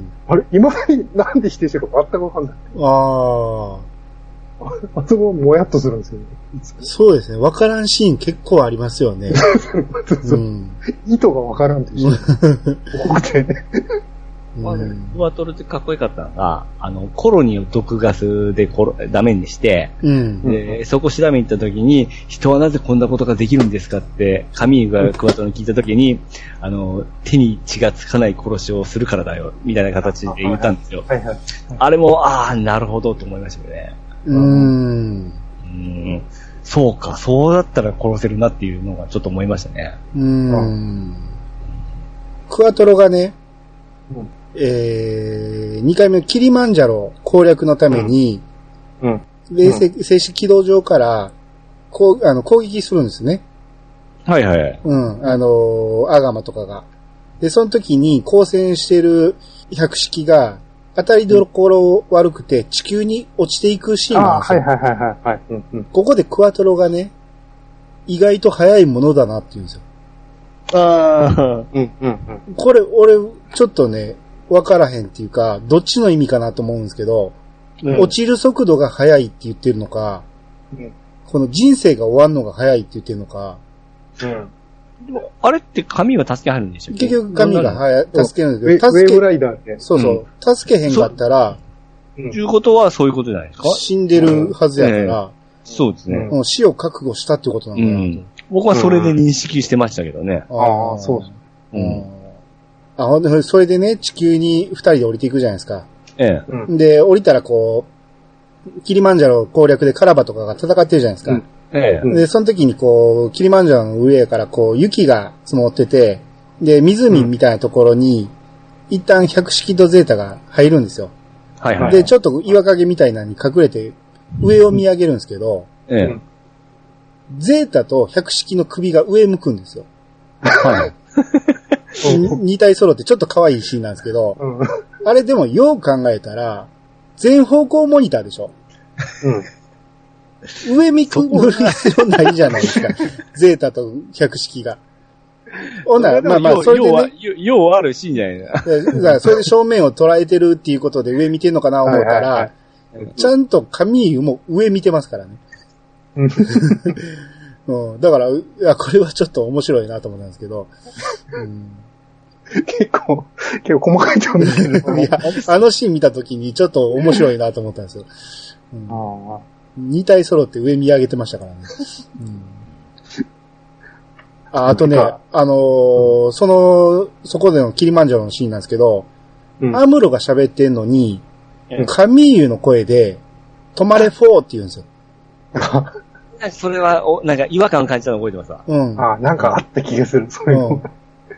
あれ今までなんで否定してるか全くわかんない。 ああ。あそこもやっとするんですよね。 そうですね。わからんシーン結構ありますよね。 そう、うん、意図がわからんっていうシーン。多くて。 まあ、クワトロってかっこよかったのが、あの、コロニーを毒ガスでコロダメにして、 うん、 でそこ調べに行った時に、人はなぜこんなことができるんですかって、カミーユがクワトロに聞いた時に、あの、手に血がつかない殺しをするからだよ、みたいな形で言ったんですよ。 はいはいはい、 あれも、ああ、なるほどと思いましたよね。 うーん。 うん。そうか、そうだったら殺せるなっていうのがちょっと思いましたね。 うーん。クワトロがね、うんえー、にかいめキリマンジャロ攻略のために、 うん。 冷静、静止軌道上から、こう、あの、攻撃するんですね。 はいはい。 うん。あのー、アガマとかが。で、その時に光線してる百式が、当たりどころ悪くて地球に落ちていくシーンなんですよ。 あはいはいはいはい、はい、うんうん。 ここでクワトロがね、意外と速いものだなって言うんですよ。 ああ、うんうんうん。 これ、俺、ちょっとね、わからへんっていうか、どっちの意味かなと思うんですけど、うん、落ちる速度が速いって言ってるのか、うん、この人生が終わるのが速いって言ってるのか、 うん。 でもあれって神は助けはるんでしょ？ 結局神がはや助けるんですけど、助け、ウェーブライダーって。 そうそう、うん、助けへんかったら、 ということはそういうことじゃないですか？ 死んでるはずやから、うんえー、 そうですね。 うん。死を覚悟したってことなのかなと、うん。 僕はそれで認識してましたけどね。 うん、ああ、そうですね。うんあ、ほんで、それでね、地球に二人で降りていくじゃないですか。 ええ。で、降りたらこう、キリマンジャロ攻略でカラバとかが戦ってるじゃないですか。うん、 ええ。 で、その時にこう、キリマンジャロの上からこう、雪が積もってて、で、湖みたいなところに、一旦百式ドゼータが入るんですよ。 はいはい。 で、ちょっと岩陰みたいなのに隠れて上を見上げるんですけど、 ええ。 ゼータと百式の首が上向くんですよ。はい。二体揃ってちょっと可愛いシーンなんですけど、うん、あれでもよう考えたら、全方向モニターでしょ。うん。上見くぐる必要ないじゃないですか。ゼータと百式が。ほんなら、まあまあ、それで、ね。 ようあるシーンじゃないな。 だから、それで正面を捉えてるっていうことで上見てんのかな思ったら、はいはいはい、ちゃんとカミーユも上見てますからね。うん、だから、いや、これはちょっと面白いなと思ったんですけど。うん、 結構、結構細かいと思うんですけど。 いや、あのシーン見たときにちょっと面白いなと思ったんですよ。うん、あ二体揃って上見上げてましたからね。うんあ, あとね、あのー、その、そこでのキリマンジャロのシーンなんですけど、うん、アムロが喋ってんのに、うん、カミーユの声で、止まれフォーって言うんですよ。 それは、おなんか違和感を感じたの覚えてますわ。 うん。あなんかあった気がする、そういうの。うん、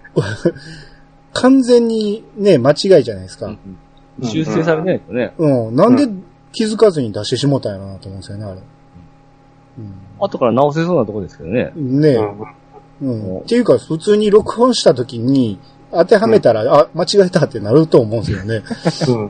完全にね、間違いじゃないですか。うんうん、修正されないとね。 うん。なんで気づかずに出してしもたんやろなと思うんですよね、あれ。 うん、後から直せそうなとこですけどね。 ねえ。うんうん、っていうか、普通に録音したときに、当てはめたら、うん、あ、間違えたってなると思うんですよね。うん。うん、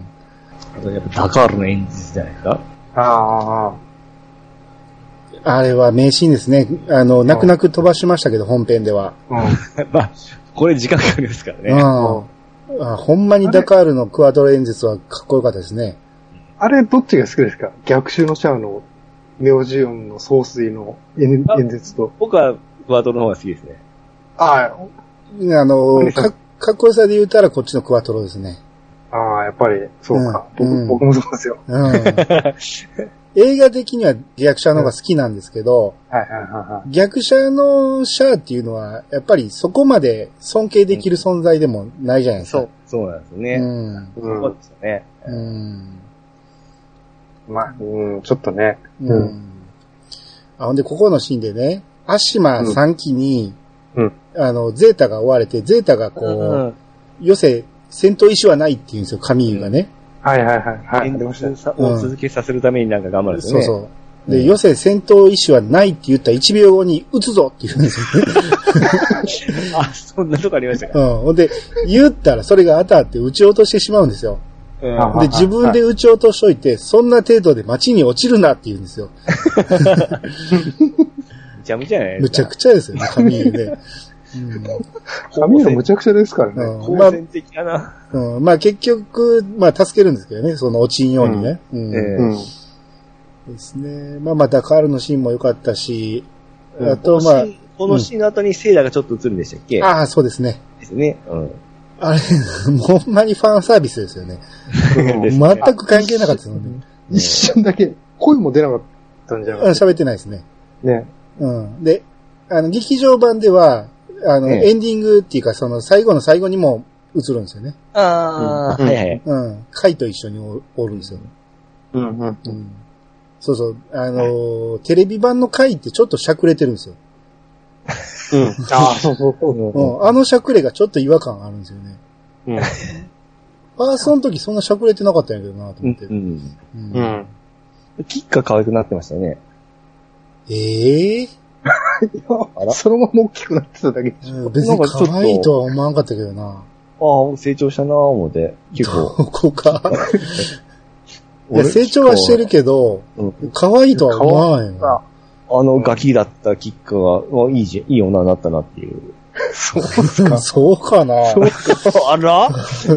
あとやっぱダカールの演説じゃないですか。 ああ。あれは名シーンですね。あの、泣く泣く飛ばしましたけど、本編では。 うん。まあ、これ時間かかりますからね。 うん。あ、ほんまにダカールのクワドロ演説はかっこよかったですね。 あれ、どっちが好きですか？逆襲のシャアのネオジオンの総帥の演説と。 僕は、クワトロの方が好きですね。 ああ、 あの、か、かっこよさで言うたらこっちのクワトロですね。 ああ、やっぱり、そうか。うん、僕, 僕もそうですよ。うん、 映画的には逆者の方が好きなんですけど、 はいはいはいはい、 逆者のシャアっていうのは、やっぱりそこまで尊敬できる存在でもないじゃないですか。 そう、そうなんですね。うん。そうですよね。うん。 まあ、うん、ちょっとね。 うん。うん、あ、ほんで、ここのシーンでね、アシマさんきに、うん、あの、ゼータが追われて、ゼータがこう、うん、よせ、戦闘意志はないって言うんですよ、カミーユがね。 うん、はいはいはい。はい。 演説を続けさせるためになんか頑張るんですね。 そうそう。で、うん、よせ、戦闘意志はないって言ったいちびょうごに撃つぞって言うんですよね。 あ、そんなとこありましたか。 うん。ほんで、言ったらそれが当たって撃ち落としてしまうんですよ。うん、で、自分で撃ち落としといて、そんな程度で街に落ちるなって言うんですよ。 むちゃむちゃね。 むちゃくちゃですよね、カミーユね。 カミーユむちゃくちゃですからね。 うん、好戦的だな。 うん、まあ結局、まあ助けるんですけどね、その落ちんようにね。うん。うんえー、ですね。まあまあダカールのシーンも良かったし、うん、あとまあ。 このシーンの後にセイラがちょっと映るんでしたっけ、 うん、ああ、そうですね。 ですね。うん。 あれ、ほんまにファンサービスですよね。全く関係なかったですよね。 一瞬だけ、声も出なかったんじゃないですか。 喋ってないですね。 ね。 うん。で、あの、劇場版では、あの、ね、エンディングっていうか、その、最後の最後にも映るんですよね。 ああ、うん、はいはい。 うん。カイと一緒に お, おるんですよ。 うんうん。うん。 そうそう。あのーはい、テレビ版のカイってちょっとしゃくれてるんですよ。 うん。ああ、そうそうそう。 うん。あのしゃくれがちょっと違和感あるんですよね。うん。ファーストの時そんなしゃくれてなかったんやけどなと思って。うん。 うん。うん、キッカー可愛くなってましたね。 ええー、 あらそのまま大きくなってただけでしょ。 別に可愛いとは思わなかったけどな。ああ、成長したなぁ思って。結構。 どこか。いや、成長はしてるけど、うん、可愛いとは思わないよ。 あのガキだったキッカーが、いいじ、いい女になったなっていう。 そうですか。そうかな。 そうか。あら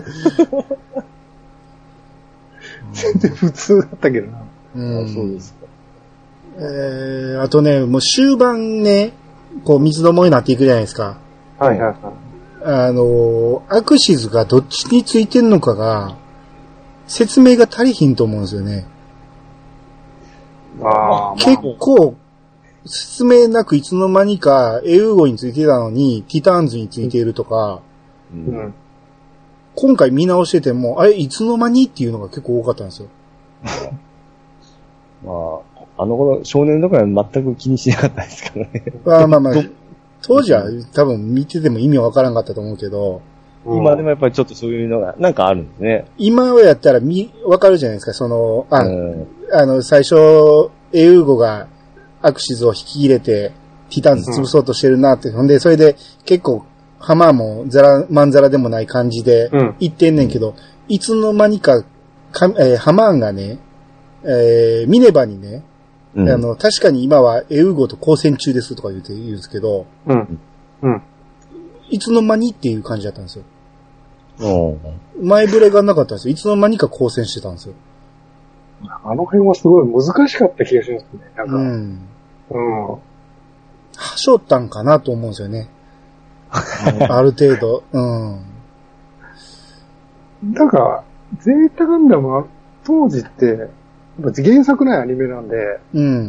全然普通だったけどな。 うん。 そうですか。 えー、あとね、もう終盤ね、こう、三つどもえになっていくじゃないですか。 はいはいはい。 あの、アクシズがどっちについてんのかが、説明が足りひんと思うんですよね。 あ結構、説明なくいつの間にかエウーゴについてたのに、ティターンズについているとか、うん、今回見直してても、あれ、いつの間にっていうのが結構多かったんですよ。 まあ、あの頃、少年とかは全く気にしなかったですからね。 まあまあまあ、当時は多分見てても意味わからんかったと思うけど、 今でもやっぱりちょっとそういうのがなんかあるんですね。 今はやったらみ、わかるじゃないですか、その、あ、 あの、最初、エウーゴがアクシズを引き入れて、ティタンズ潰そうとしてるなって、うん、ほんで、それで結構、ハマーもザラ、マンザラでもない感じで、言ってんねんけど、うん、いつの間にか、かえー、ハマーンがね、えー、ミネバにね、うん、あの、確かに今はエウーゴと交戦中ですとか言うて言うんですけど、うん。うん。いつの間にっていう感じだったんですよ。前触れがなかったんですよ。いつの間にか交戦してたんですよ。 あの辺はすごい難しかった気がしますね。なんか。うん。うん。 はしょったんかなと思うんですよね。ある程度。うん。 なんか、ゼータガンダムは当時って、原作ないアニメなんで、うん。うん。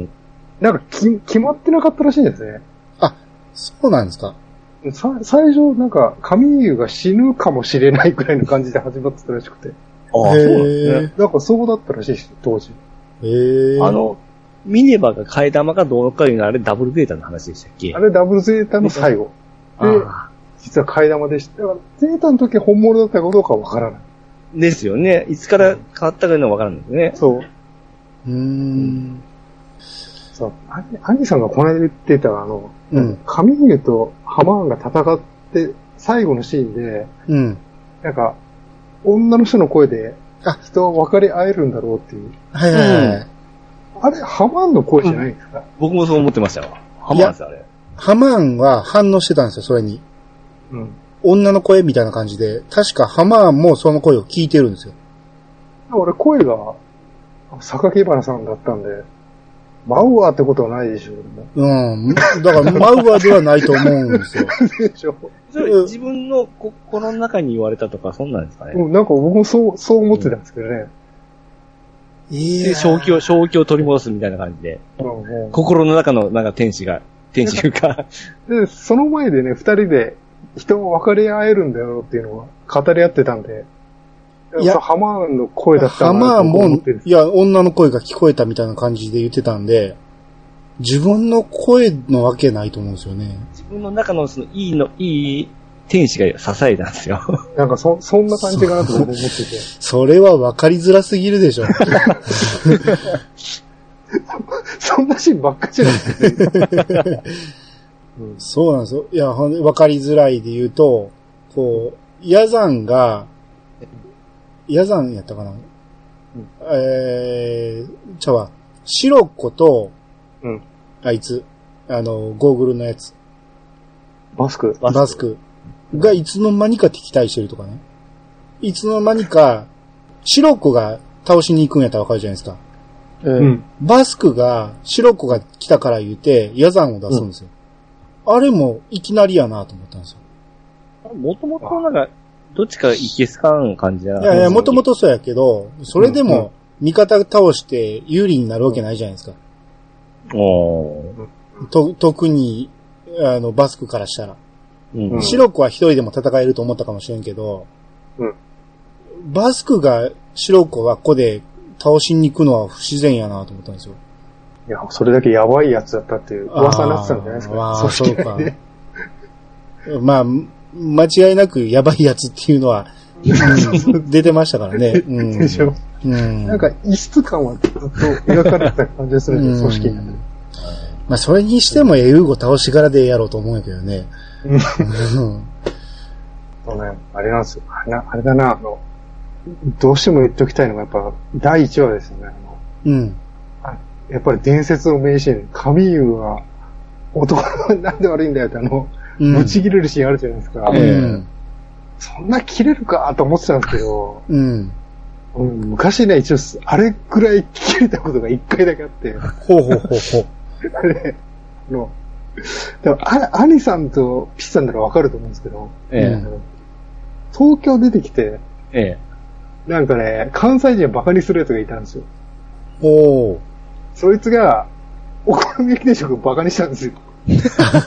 なんかき決まってなかったらしいんですね。 あ、そうなんですか。 さ最初、なんか、カミーユが死ぬかもしれないくらいの感じで始まってたらしくて。 ああ、そうなんですね。 なんかそうだったらしいです、当時。 へえ。あの、ミネバが替え玉かどうかいうのはあれダブルゼータの話でしたっけ？ あれダブルゼータの最後。で、実は替え玉でした。だからゼータの時は本物だったかどうかはわからない。 ですよね。いつから変わったかいうのはわからないですね。 そう。うーん。そう。アニさんがこの間言ってたあの、うん、カミーユとハマーンが戦って最後のシーンで、うん。なんか、女の人の声で、あ、人は分かり合えるんだろうっていう。はいはいはい。うん、あれ、ハマーンの声じゃないですか、うん、 僕もそう思ってましたよ。ハマーンですあれ。 ハマーンは反応してたんですよ、それに。うん。女の声みたいな感じで、確かハマーンもその声を聞いてるんですよ。 俺、声が、榊原さんだったんで、マウアーってことはないでしょう、 うん。だから、マウアーではないと思うんですよ。でしょ。 それ自分の心の中に言われたとか、そんなんですかね。 うん、なんか僕もそう、そう思ってたんですけどね。 うん、で、正気を、正気を取り戻すみたいな感じで。うんうん、心の中のなんか天使が、天使が。 で、その前でね、二人で人を分かり合えるんだよっていうのは語り合ってたんで。いや、ハマーンの声だったんだと思ってる。ハマーンも、いや、女の声が聞こえたみたいな感じで言ってたんで、自分の声のわけないと思うんですよね。 自分の中のそのいいの、いい天使が支えたんですよ。 なんかそ、そんな感じかなと思ってて。 それは分かりづらすぎるでしょ。 そんなシーンばっかじゃないですか、ねうん。そうなんですよ。いや、分かりづらいで言うと、こう、ヤザンが、ヤザンやったかな、うん、えー、ちゃうわ、シロッコと、うん、あいつ、あの、ゴーグルのやつ。 バスクバスク。がいつの間にか敵対してるとかね。いつの間にか、シロッコが倒しに行くんやったらわかるじゃないですか。うん。バスクが、シロッコが来たから言うて、ヤザンを出すんですよ。うん、あれも、いきなりやなと思ったんですよ。 もともとなんか、どっちかいけすかん感じじゃない？ いやいや、もともとそうやけど、それでも、味方倒して有利になるわけないじゃないですか。おー。と、特に、あの、バスクからしたら。うん、シロッコは一人でも戦えると思ったかもしれんけど、うん、バスクがシロッコはここで倒しに行くのは不自然やなと思ったんですよ。 いや、それだけやばいやつだったっていう噂になってたんじゃないですか。 ああ、そうか。まあ、間違いなくやばいやつっていうのは、うん、出てましたからね。うん、 でしょ、うん。なんか異質感はずっと描かれてた感じがするんですよ、組織に。 まあ、それにしてもエウーゴ倒し柄でやろうと思うんやけどね。うん。 そうね、あれなんですよ。あれあれだな、あの、どうしても言っときたいのがやっぱ、だいいちわですよね。あのうん。やっぱり伝説の名シーン、カミーユは、男なんで悪いんだよってあの、ぶち切れるシーンあるじゃないですか。うん。そんな切れるかと思ってたんですけど、うん。うん、昔ね、一応、あれくらい切れたことが一回だけあって。ほうほうほうほう。あれ、あの、でもあ、アニさんとピッさんならわかると思うんですけど、ええ、東京出てきて、ええ、なんかね、関西人をバカにする奴がいたんですよ。おー。そいつが、お好み焼き定食をバカにしたんですよ。え、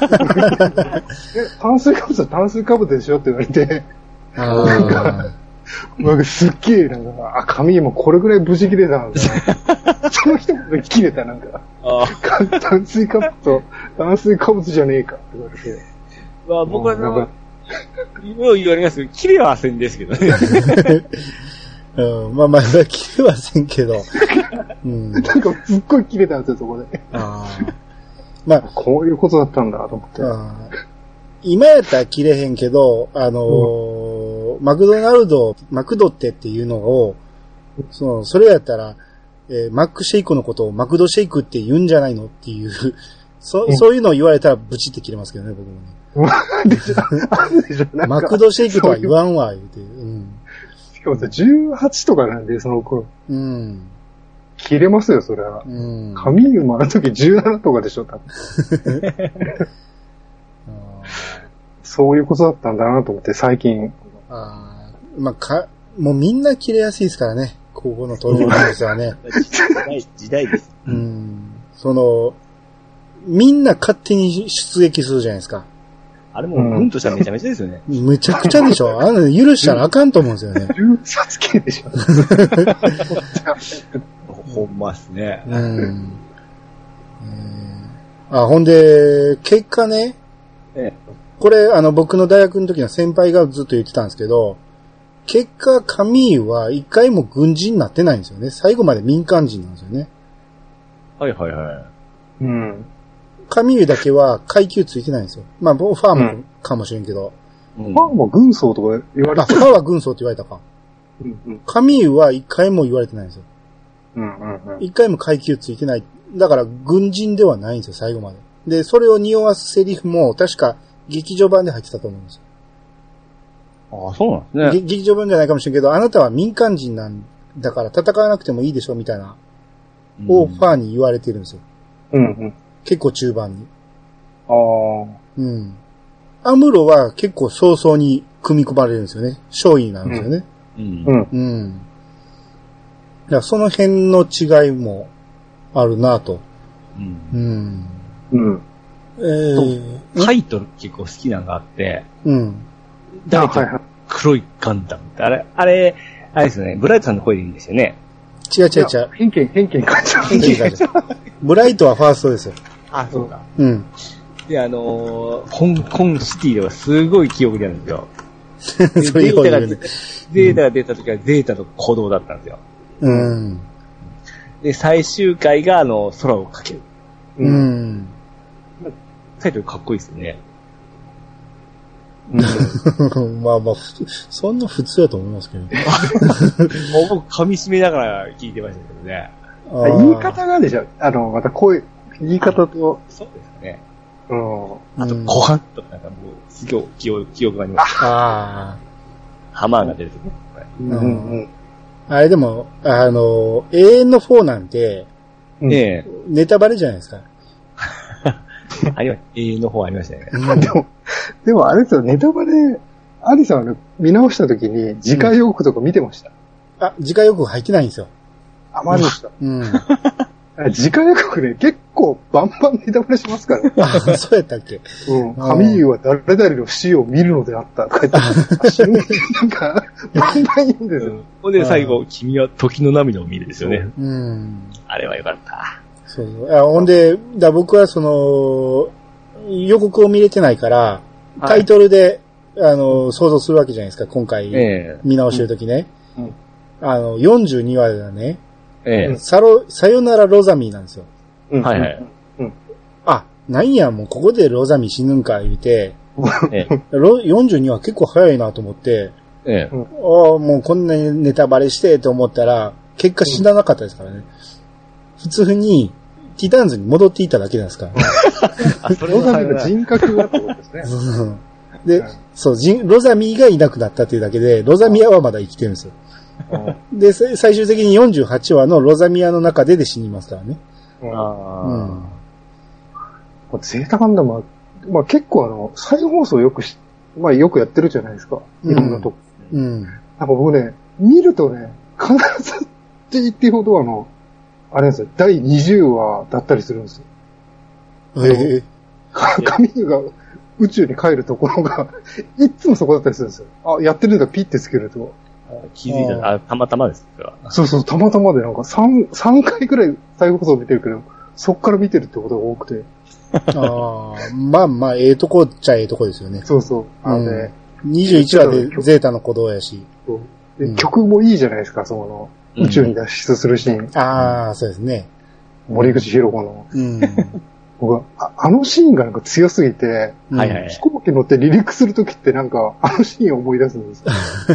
炭水化物は炭水化物でしょって言われて、なんか、なんかすっげえ、なんか、あ、髪もこれぐらいブチ切れたんだ。その一言で切れた、なんか。炭水化物と炭水化物じゃねえかって言われて。 まあ僕はなんか、よう言われますけど、切れはせんですけどね。 うん、まあまあ、切れはせんけど。 うん、なんかすっごい切れたんですよ、そこで。あまあ、こういうことだったんだと思って。あ今やったら切れへんけど、あのーうん、マクドナルド、マクドってっていうのを、その、それやったら、えー、マックシェイクのことをマクドシェイクって言うんじゃないのっていう、そ、うん、そういうのを言われたらブチって切れますけどね、僕もね。マクドシェイクとは言わんわ、言うて。うん。 しかもさ、じゅうはちとかなんで、その頃。うん。切れますよ、それは。うん。神馬の時じゅうななとかでしょ、多分。そういうことだったんだなと思って、最近。 ああ。まあ、か、もうみんな切れやすいですからね。ここの登場人物はね。 時代、時代です。 うん。その、みんな勝手に出撃するじゃないですか。 あれもう、うんとしたらめちゃめちゃですよね。 むちゃくちゃでしょ。あの、許したらあかんと思うんですよね。 銃殺系でしょ。 ほんまっすね。 うん。あ、ほんで、結果ね、ええ、これ、あの、僕の大学の時の先輩がずっと言ってたんですけど、結果、カミーユは一回も軍人になってないんですよね。最後まで民間人なんですよね。 はいはいはい。 うん。 カミーユだけは階級ついてないんですよ。まあ、ファーもかもしれんけど。 うん、ファーも軍曹とか言われてた。あ、ファーは軍曹って言われたか。うんうん、カミーユは一回も言われてないんですよ。 うんうんうん、 一回も階級ついてない。だから、軍人ではないんですよ、最後まで。で、それを匂わすセリフも、確か、劇場版で入ってたと思うんですよ。 ああ、そうなんですね。 劇場版じゃないかもしれんけど、あなたは民間人なんだから戦わなくてもいいでしょ、みたいな、をファーに言われてるんですよ。 うんうん。 結構中盤に。 ああ。 うん。アムロは結構早々に組み込まれるんですよね。少尉なんですよね。 うん。うん。 うん。だからその辺の違いもあるなと。 うん。 うん。 うん。 えー、 タイトル結構好きなのがあって、 うん。 タイトル、黒いガンダムって、あれ、あれ、あれですね、ブライトさんの声でいいんですよね。 違う違う違う。 偏見、偏見感じゃう。 偏見感じゃう。ブライトはファーストですよ。 あ、そうか。 うん。 で、あのー、香港シティではすごい記憶にあるんですよ。 そういうことね。 ゼータが出た時はゼータの鼓動だったんですよ。 うん。 で、最終回があの、空をかける。 うん。うんタイトルかっこいいですよね。 うん、まあまあ、そんな普通だと思いますけど。もう僕噛み締めながら聞いてましたけどね。 言い方がでしょ。あの、また声、言い方と。 そうですね。 うん。 あと、後半とかなんかもう、すごい記憶、記憶があります。 ああ。 ハマーが出るとね。 うんうん。あれでも、あの、永遠のフォーなんて、 ねえ。 ネタバレじゃないですか。 ありま、永遠の方ありましたね。 でも、でもあれですよ、ネタバレ、アリさんは見直した時に、次回予告とか見てました、 うん、あ、次回予告入ってないんですよ。 あ、マジでした。 うん。 次回予告ね、結構バンバンネタバレしますからね。 あ、そうやったっけ？ うん。神優は誰々の死を見るのであった。とか言って、なんか、バンバン言うんですよ。 ほんで最後、君は時の涙を見るですよね。 うん。 あれはよかった。 そうそう。あ、ほんで、だ僕はその、予告を見れてないから、タイトルで、はい、あの、想像するわけじゃないですか、今回、えー、見直してるときね、うんうん。あの、よんじゅうにわではね、 ええ、 さろ、さよならロザミーなんですよ。 うん、はいはい。 うん、あ、なんや、もうここでロザミー死ぬんか、言うて、ええ、よんじゅうにわ結構早いなと思って、 ええ、 ああ、もうこんなにネタバレしてと思ったら、結果死ななかったですからね。うん、普通に、ティターンズに戻っていっただけなんですから。 あ、それロザミーの人格がってことですね。 で、そう、ロザミーがいなくなったっていうだけで、ロザミアはまだ生きてるんですよ。で、最終的によんじゅうはちわのロザミアの中でで死にますからね。 ああ。うん。ゼータガンダムは、まあ結構あの、再放送よくし、まあよくやってるじゃないですか。いろんなとこ。 うん。うん、 なんか僕ね、見るとね、必ずって言っていうほどあの、あれなんですよ、だいにじゅうわだったりするんですよ。 ええー。神が宇宙に帰るところが、いつもそこだったりするんですよ。あ、やってるんだ、ピッてつけると。 気づいたら、あ、たまたまです。 そうそう、たまたまでなんかさん、さんかいくらい再放送見てるけど、そっから見てるってことが多くて。 ああ、まあまあ、ええとこっちゃええとこですよね。 そうそう。あのね、 うん、にじゅういちわでゼータの鼓動やし。 そううん、曲もいいじゃないですか、その、宇宙に脱出するシーン。 うん、ああ、そうですね。 森口博子の。 うん。 僕はあ、あのシーンがなんか強すぎて、はいはい、飛行機乗って離陸するときってなんか、あのシーンを思い出すんですよ。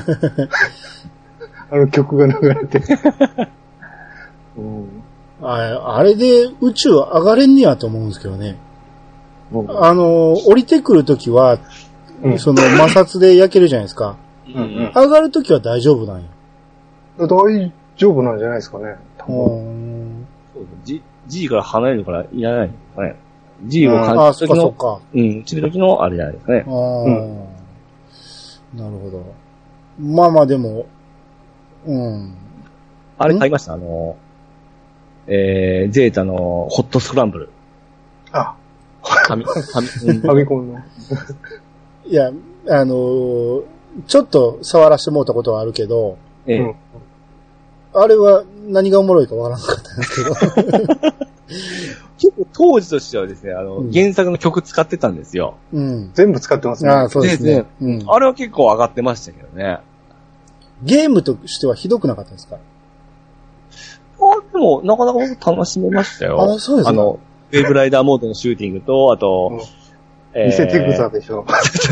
あの曲が流れて。 うん、あ, あれで宇宙上がれんにやと思うんですけどね。うん、あの、降りてくるときは、うん、その摩擦で焼けるじゃないですか。うんうん、上がるときは大丈夫なんや。 大丈夫なんじゃないですかね。多分。 G, G から離れるからいらないのかね。G を感じるときの、かうん、ちるときのあれじゃないですかね。あうん、 なるほど。まあまあでも、うん。 あれ買いましたあの、えー、ゼータのホットスクランブル。 あ、 ファミ、ファミ、 ファミコンの。 いや、あのー、ちょっと触らせてもらったことはあるけど、ええ、うん、あれは何がおもろいかわからなかったんですけど。 結構当時としてはですね、あの、うん、原作の曲使ってたんですよ。 うん。全部使ってますね。 ああ、そうですね。 うん。あれは結構上がってましたけどね。 ゲームとしてはひどくなかったですか？ あ、でも、なかなか僕楽しめましたよ。 あ、そうですか。 あの、ウェブライダーモードのシューティングと、あと、うんえー、偽テグザでしょ。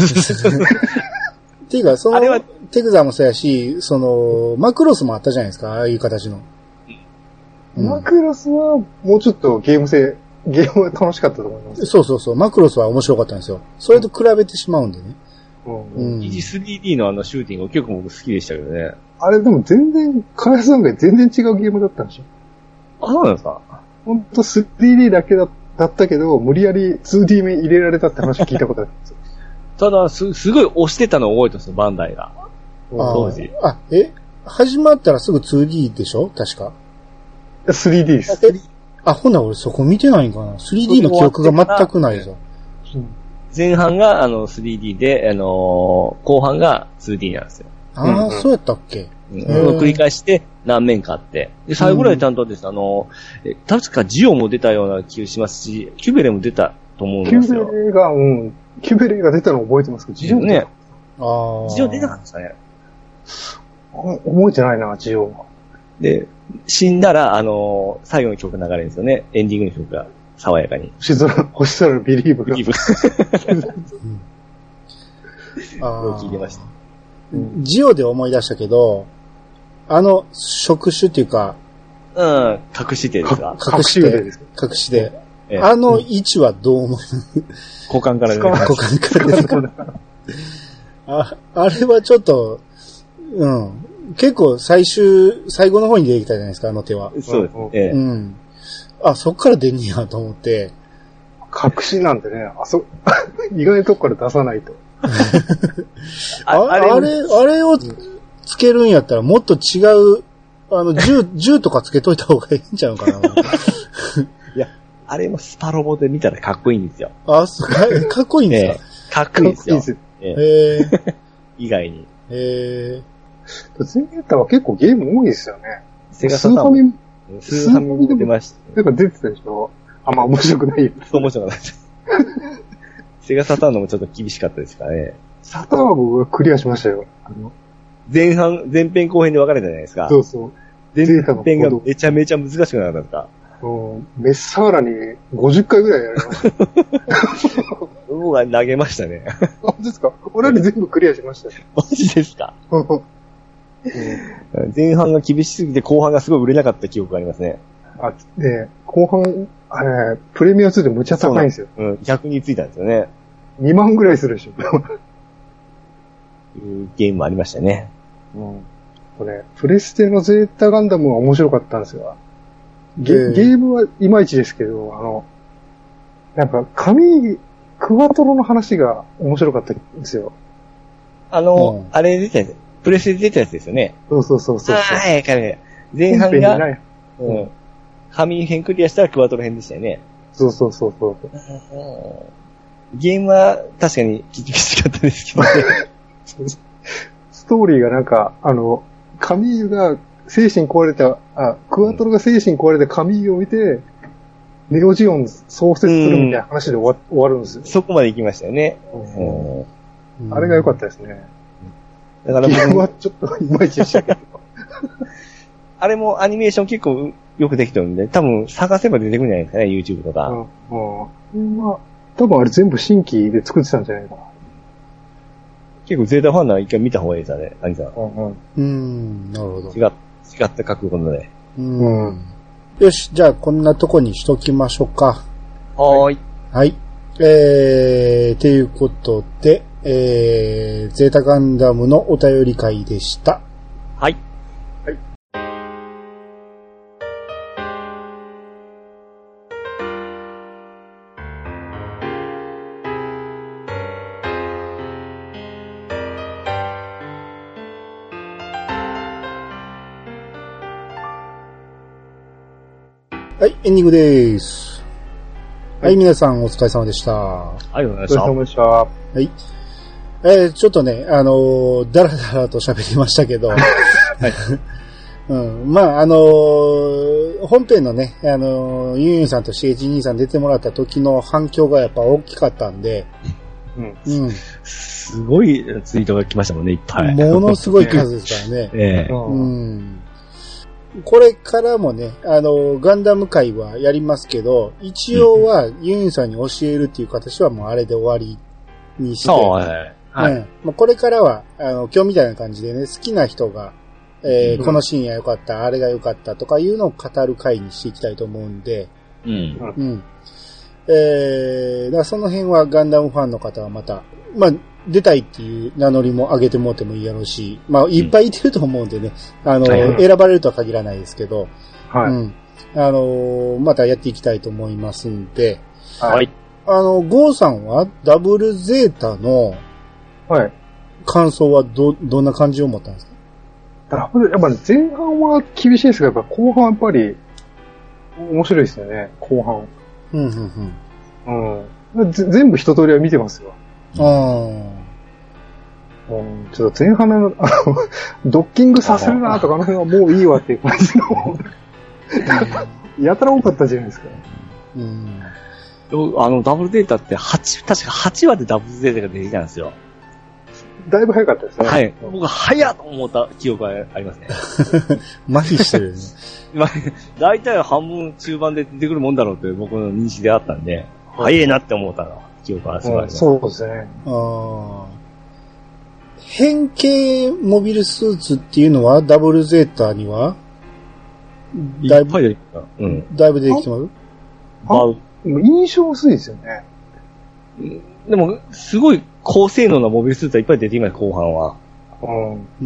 っていうか、その、あれはテグザもそうやし、その、マクロスもあったじゃないですか、ああいう形の。 うん、マクロスは、もうちょっとゲーム性、ゲームは楽しかったと思います。 そうそうそう、マクロスは面白かったんですよ。それと比べてしまうんでね。 うん。イージースリーディー のあのシューティング結構僕好きでしたけどね。 あれでも全然、開発段階全然違うゲームだったんでしょ？ あ、そうなんですか？ ほんと スリーディー だけだだったけど、無理やり ツーディー 目入れられたって話を聞いたことあるんですよ。 ただ、す、すごい押してたのを覚えてますよ、バンダイが。当時。 あ、え始まったらすぐ ツーディー でしょ確か。 スリーディー です。 えあ、ほんなら俺そこ見てないんかな ?スリーディー の記憶が全くないぞ。 前半があの スリーディー で、あのー、後半が ツーディー なんですよ。 ああ、うんうん、そうやったっけ、 うん、その繰り返して何面かあって。で、最後ぐらいちゃんとです、うん、あの、え、確かジオも出たような気がしますし、キュベレも出たと思うんですよ。 キュベレが、うん。キュベレが出たの覚えてますけど、ジオね。ああ。ジオ出なかったですかね。 覚えてないな、ジオは。 で、死んだら、あのー、最後の曲流れるんですよね。エンディングの曲が、爽やかに。 星空、星空のビリーブが。ビリーブ。 ああ。聞いてました。ジオで思い出したけど、あの、触手っていうか、 うん、隠し手ですか？ 隠し手です。 隠し手。ええ、あの位置はどう思います？ 股間から出て股間から出てくる。あ、あれはちょっと、うん。結構最終、最後の方に出てきたじゃないですか、あの手は。 そうです。ええ、 うん。あ、そっから出んねやと思って。 隠しなんてね、あそ、意外なとこから出さないと。 あ, あれ、あれ、あれをつけるんやったらもっと違う、あの、銃、銃とかつけといた方がいいんちゃうかな。 いや、あれもスパロボで見たらかっこいいんですよ。 あ、そうか、かっこいいんですか、 えー、かっこいいですよ。かっこいいですえー、 意外に。 えー。ゼータは結構ゲーム多いですよね。 セガサターン。 スーファミでも出ました。なんか出てたでしょ？あんま面白くないよ。 そう面白くないです。セガサターンのもちょっと厳しかったですからね。 サターンは僕はクリアしましたよ。あの前半、前編後編で分かれたじゃないですか。 そうそう。 前編がめちゃめちゃ難しくなかったですか？ うん。メッサーラにごじゅっかいぐらいやりました。 僕は投げましたね。 あ、本当ですか？俺らに全部クリアしましたよ。 マジですか？前半が厳しすぎて後半がすごい売れなかった記憶がありますね。 あ、で、後半、あれ、プレミアツーでむちゃ高いんですよ。 うん、逆についたんですよね。 にまんぐらいするでしょ。 いうゲームもありましたね。 うん。これ、プレステのゼータガンダムは面白かったんですよ。ゲ, ゲームはいまいちですけど、あの、なんか、紙、クワトロの話が面白かったんですよ。 あの、うん、あれ出たやつ、プレステで出たやつですよね。 そうそうそうそう。 はい、彼前半が、うん。紙編クリアしたらクワトロ編でしたよね。 そうそうそうそう。 ゲームは確かに厳しかったですけどね。 ストーリーがなんか、あの、カミーユが精神壊れた、あ、クワトロが精神壊れたカミーユを見て、ネオジオン創設するみたいな話で終わ、終わるんですよ。 そこまで行きましたよね。 うん、あれが良かったですね。 だから僕はちょっといまいちでしたけど。 あれもアニメーション結構よくできてるんで、多分探せば出てくるんじゃないですかね、YouTube とか。うん。 うん。まあ、多分あれ全部新規で作ってたんじゃないかな。 結構ゼータファンなら一回見た方がいいですよね、アニさん。 うん。うん、なるほど。 違っ、違った書くことで。 うん。よし、じゃあこんなとこにしときましょうか。 はーい。 はい。えー、ということで、えー、ゼータガンダムのお便り会でした。 はい。 はい。 はい、エンディングです。はい、はい、皆さんお疲れ様でした。はい、お疲れ様でした。 はい。えー、ちょっとね、あのー、だらだらと喋りましたけど、はい。うん、まあ、あのー、本編のね、あのー、ユンユンさんとシゲチ兄さん出てもらった時の反響がやっぱ大きかったんで、 うん。うん。すごいツイートが来ましたもんね、いっぱい。 ものすごい数ですからね。 ええー。 うん。これからもね、あの、ガンダム界はやりますけど、一応はユンユンさんに教えるっていう形はもうあれで終わりにして、 そうね。はい。 うん。もうこれからは、あの、今日みたいな感じでね、好きな人が、えーうん、このシーンが良かった、あれが良かったとかいうのを語る回にしていきたいと思うんで、 うん。 うん。えー、だからその辺はガンダムファンの方はまた、まあ、出たいっていう名乗りも上げてもらってもいいやろうし、まあ、いっぱいいてると思うんでね、うん、あの、はい、選ばれるとは限らないですけど、 はい。 うん。あの、またやっていきたいと思いますんで、 はい。 あの、ゴーさんはダブルゼータの、 はい。 感想はど、どんな感じを持ったんですか？ ダブル、やっぱり前半は厳しいですけど、やっぱ後半はやっぱり面白いですよね、後半。 うん、うん、 うん。全部一通りは見てますよ。 ああ。 うん、ちょっと前半の、あの、ドッキングさせるなとかあの辺はもういいわっていう感じの、やたら多かったじゃないですか。 うん。 あの、ダブルデータってはち、確かはちわでダブルデータが出てきたんですよ。 だいぶ早かったですね。 はい。僕は早っと思った記憶がありますね。 麻痺してるよね。 まあ、だいたい半分中盤で出てくるもんだろうって僕の認識であったんで、早いなって思ったの記憶がすごい、 うん。そうですね。 ああ。変形モビルスーツっていうのはダブルゼータにはだいぶ出てきた。うん。 だいぶ出てきてますあ、印象薄いですよね。 でも、すごい高性能なモビルスーツはいっぱい出てきます、後半は。 うん。 うん。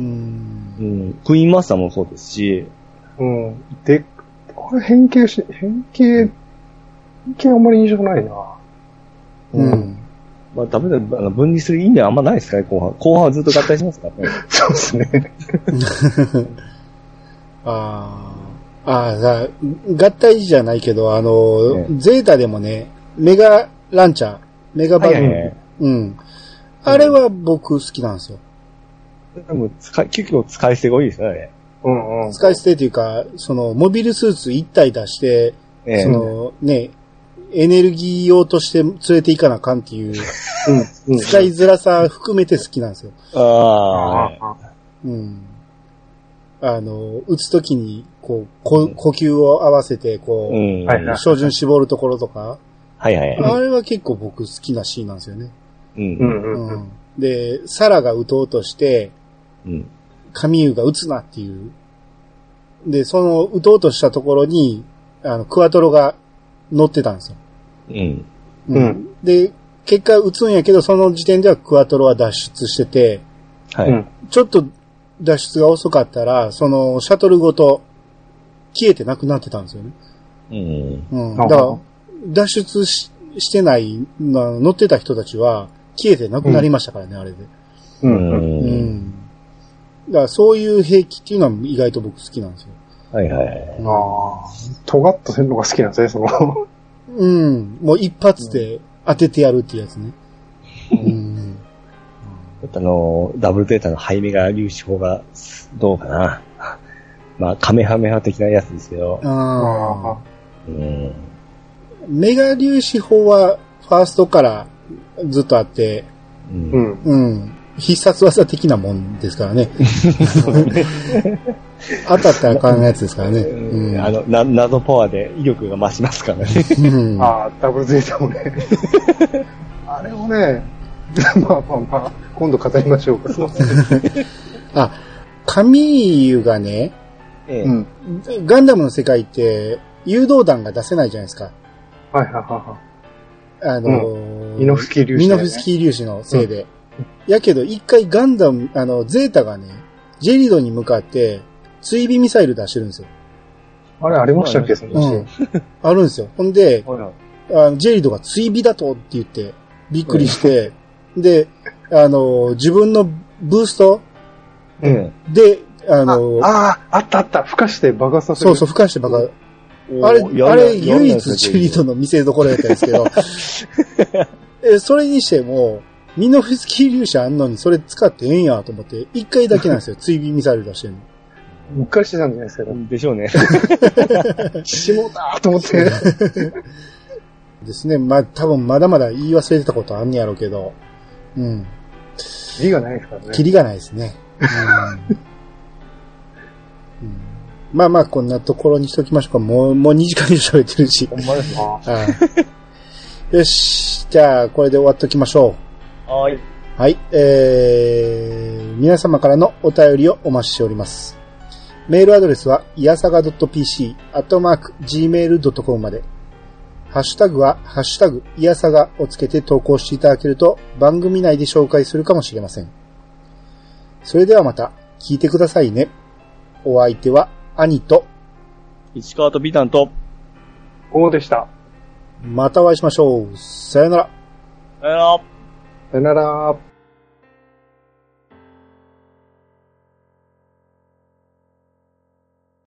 クイーンマスターもそうですし。 うん。で、これ変形し、変形、変形あんまり印象ないな。 うん。うん、 まあ、ダメだ、分離する意味はあんまないですかね、後半。後半はずっと合体しますからね。 そうですね。 ああ。ああ、合体じゃないけど、あの、ね、ゼータでもね、メガランチャー、メガバルーン、はいはいはい、うん。あれは僕好きなんですよ。 でも使い、結構使い捨てが多いですよね。 うんうん。 使い捨てというか、その、モビルスーツ一体出して、えー、その、ね、エネルギー用として連れていかなあかんっていう、うんうん、使いづらさ含めて好きなんですよ。 ああ。 うん。あの、打つときに、こう、こ呼吸を合わせて、こう、うん、照準絞るところとか、 はいはい。 あれは結構僕好きなシーンなんですよね。 うん。うんうん、で、サラが撃とうとして、 うん。 カミユが撃つなっていう。で、その撃とうとしたところに、あの、クワトロが乗ってたんですよ。 うん。 うん。で、結果撃つんやけど、その時点ではクワトロは脱出してて、 はい。 ちょっと脱出が遅かったら、そのシャトルごと消えてなくなってたんですよね。 うん。 うん。だから、脱出 し, してない乗ってた人たちは消えてなくなりましたからね、うん、あれで。 うん。うん。 だからそういう兵器っていうのは意外と僕好きなんですよ。 はいはいはい。 ああ、尖った線路が好きなんですね、その。 うん。もう一発で当ててやるっていうやつね。うん。 あの、ダブルデータの背面が粒子砲がどうかな。まあ、カメハメハ的なやつですけど。 ああ。 うん。 メガ粒子砲はファーストからずっとあって、 うん。 うん。 必殺技的なもんですからね。当たったら買わないやつですからね。 うん、あの、な、謎パワーで威力が増しますからね。 うん、ああ、ダブルゼータもね。あれをね、まあまあまあ、今度語りましょうか。 あ、カミーユがね、ええ、ガンダムの世界って誘導弾が出せないじゃないですか。 はいはいはいはい。 あのー、 うん、ミノフスキー粒子、 ね。ミノフスキー粒子のせいで。うん、やけど一回ガンダム、あの、ゼータがね、ジェリドに向かって追尾ミサイル出してるんですよ。 あれありましたっけ、そのシーン。 あるんですよ。ほんで、あのジェリドが追尾だとって言ってびっくりして、うん、で、あの、自分のブースト、うん、で、あの、 ああ、あったあった、孵化して爆発させる。 そうそう、孵化して爆発。あれ、あれ、唯一ジェリドの見せ所やったんですけど、え、それにしても、ミノフスキー粒子あんのにそれ使ってええんやと思って、一回だけなんですよ、追尾ミサイル出してるの。 うっかりしてたんじゃないですか。 でしょうね。 しもたーと思って。 ですね。まあ、多分まだまだ言い忘れてたことあんねやろうけど、うん。 キリがないですからね。 キリがないですね。うんうん、まあまあ、こんなところにしときましょうか。もう、もうにじかん以上喋ってるし。 ほんまですな。 よし。じゃあ、これで終わっときましょう。はい。 はい。えー、皆様からのお便りをお待ちしております。メールアドレスは、いやさが .pc、アットマーク、ジーメールドットコム まで。ハッシュタグは、ハッシュタグ、いやさがをつけて投稿していただけると、番組内で紹介するかもしれません。それではまた、聞いてくださいね。お相手は、兄と、 市川とビタンと、 こうでした。 またお会いしましょう。さよなら。 さよなら。 さよなら。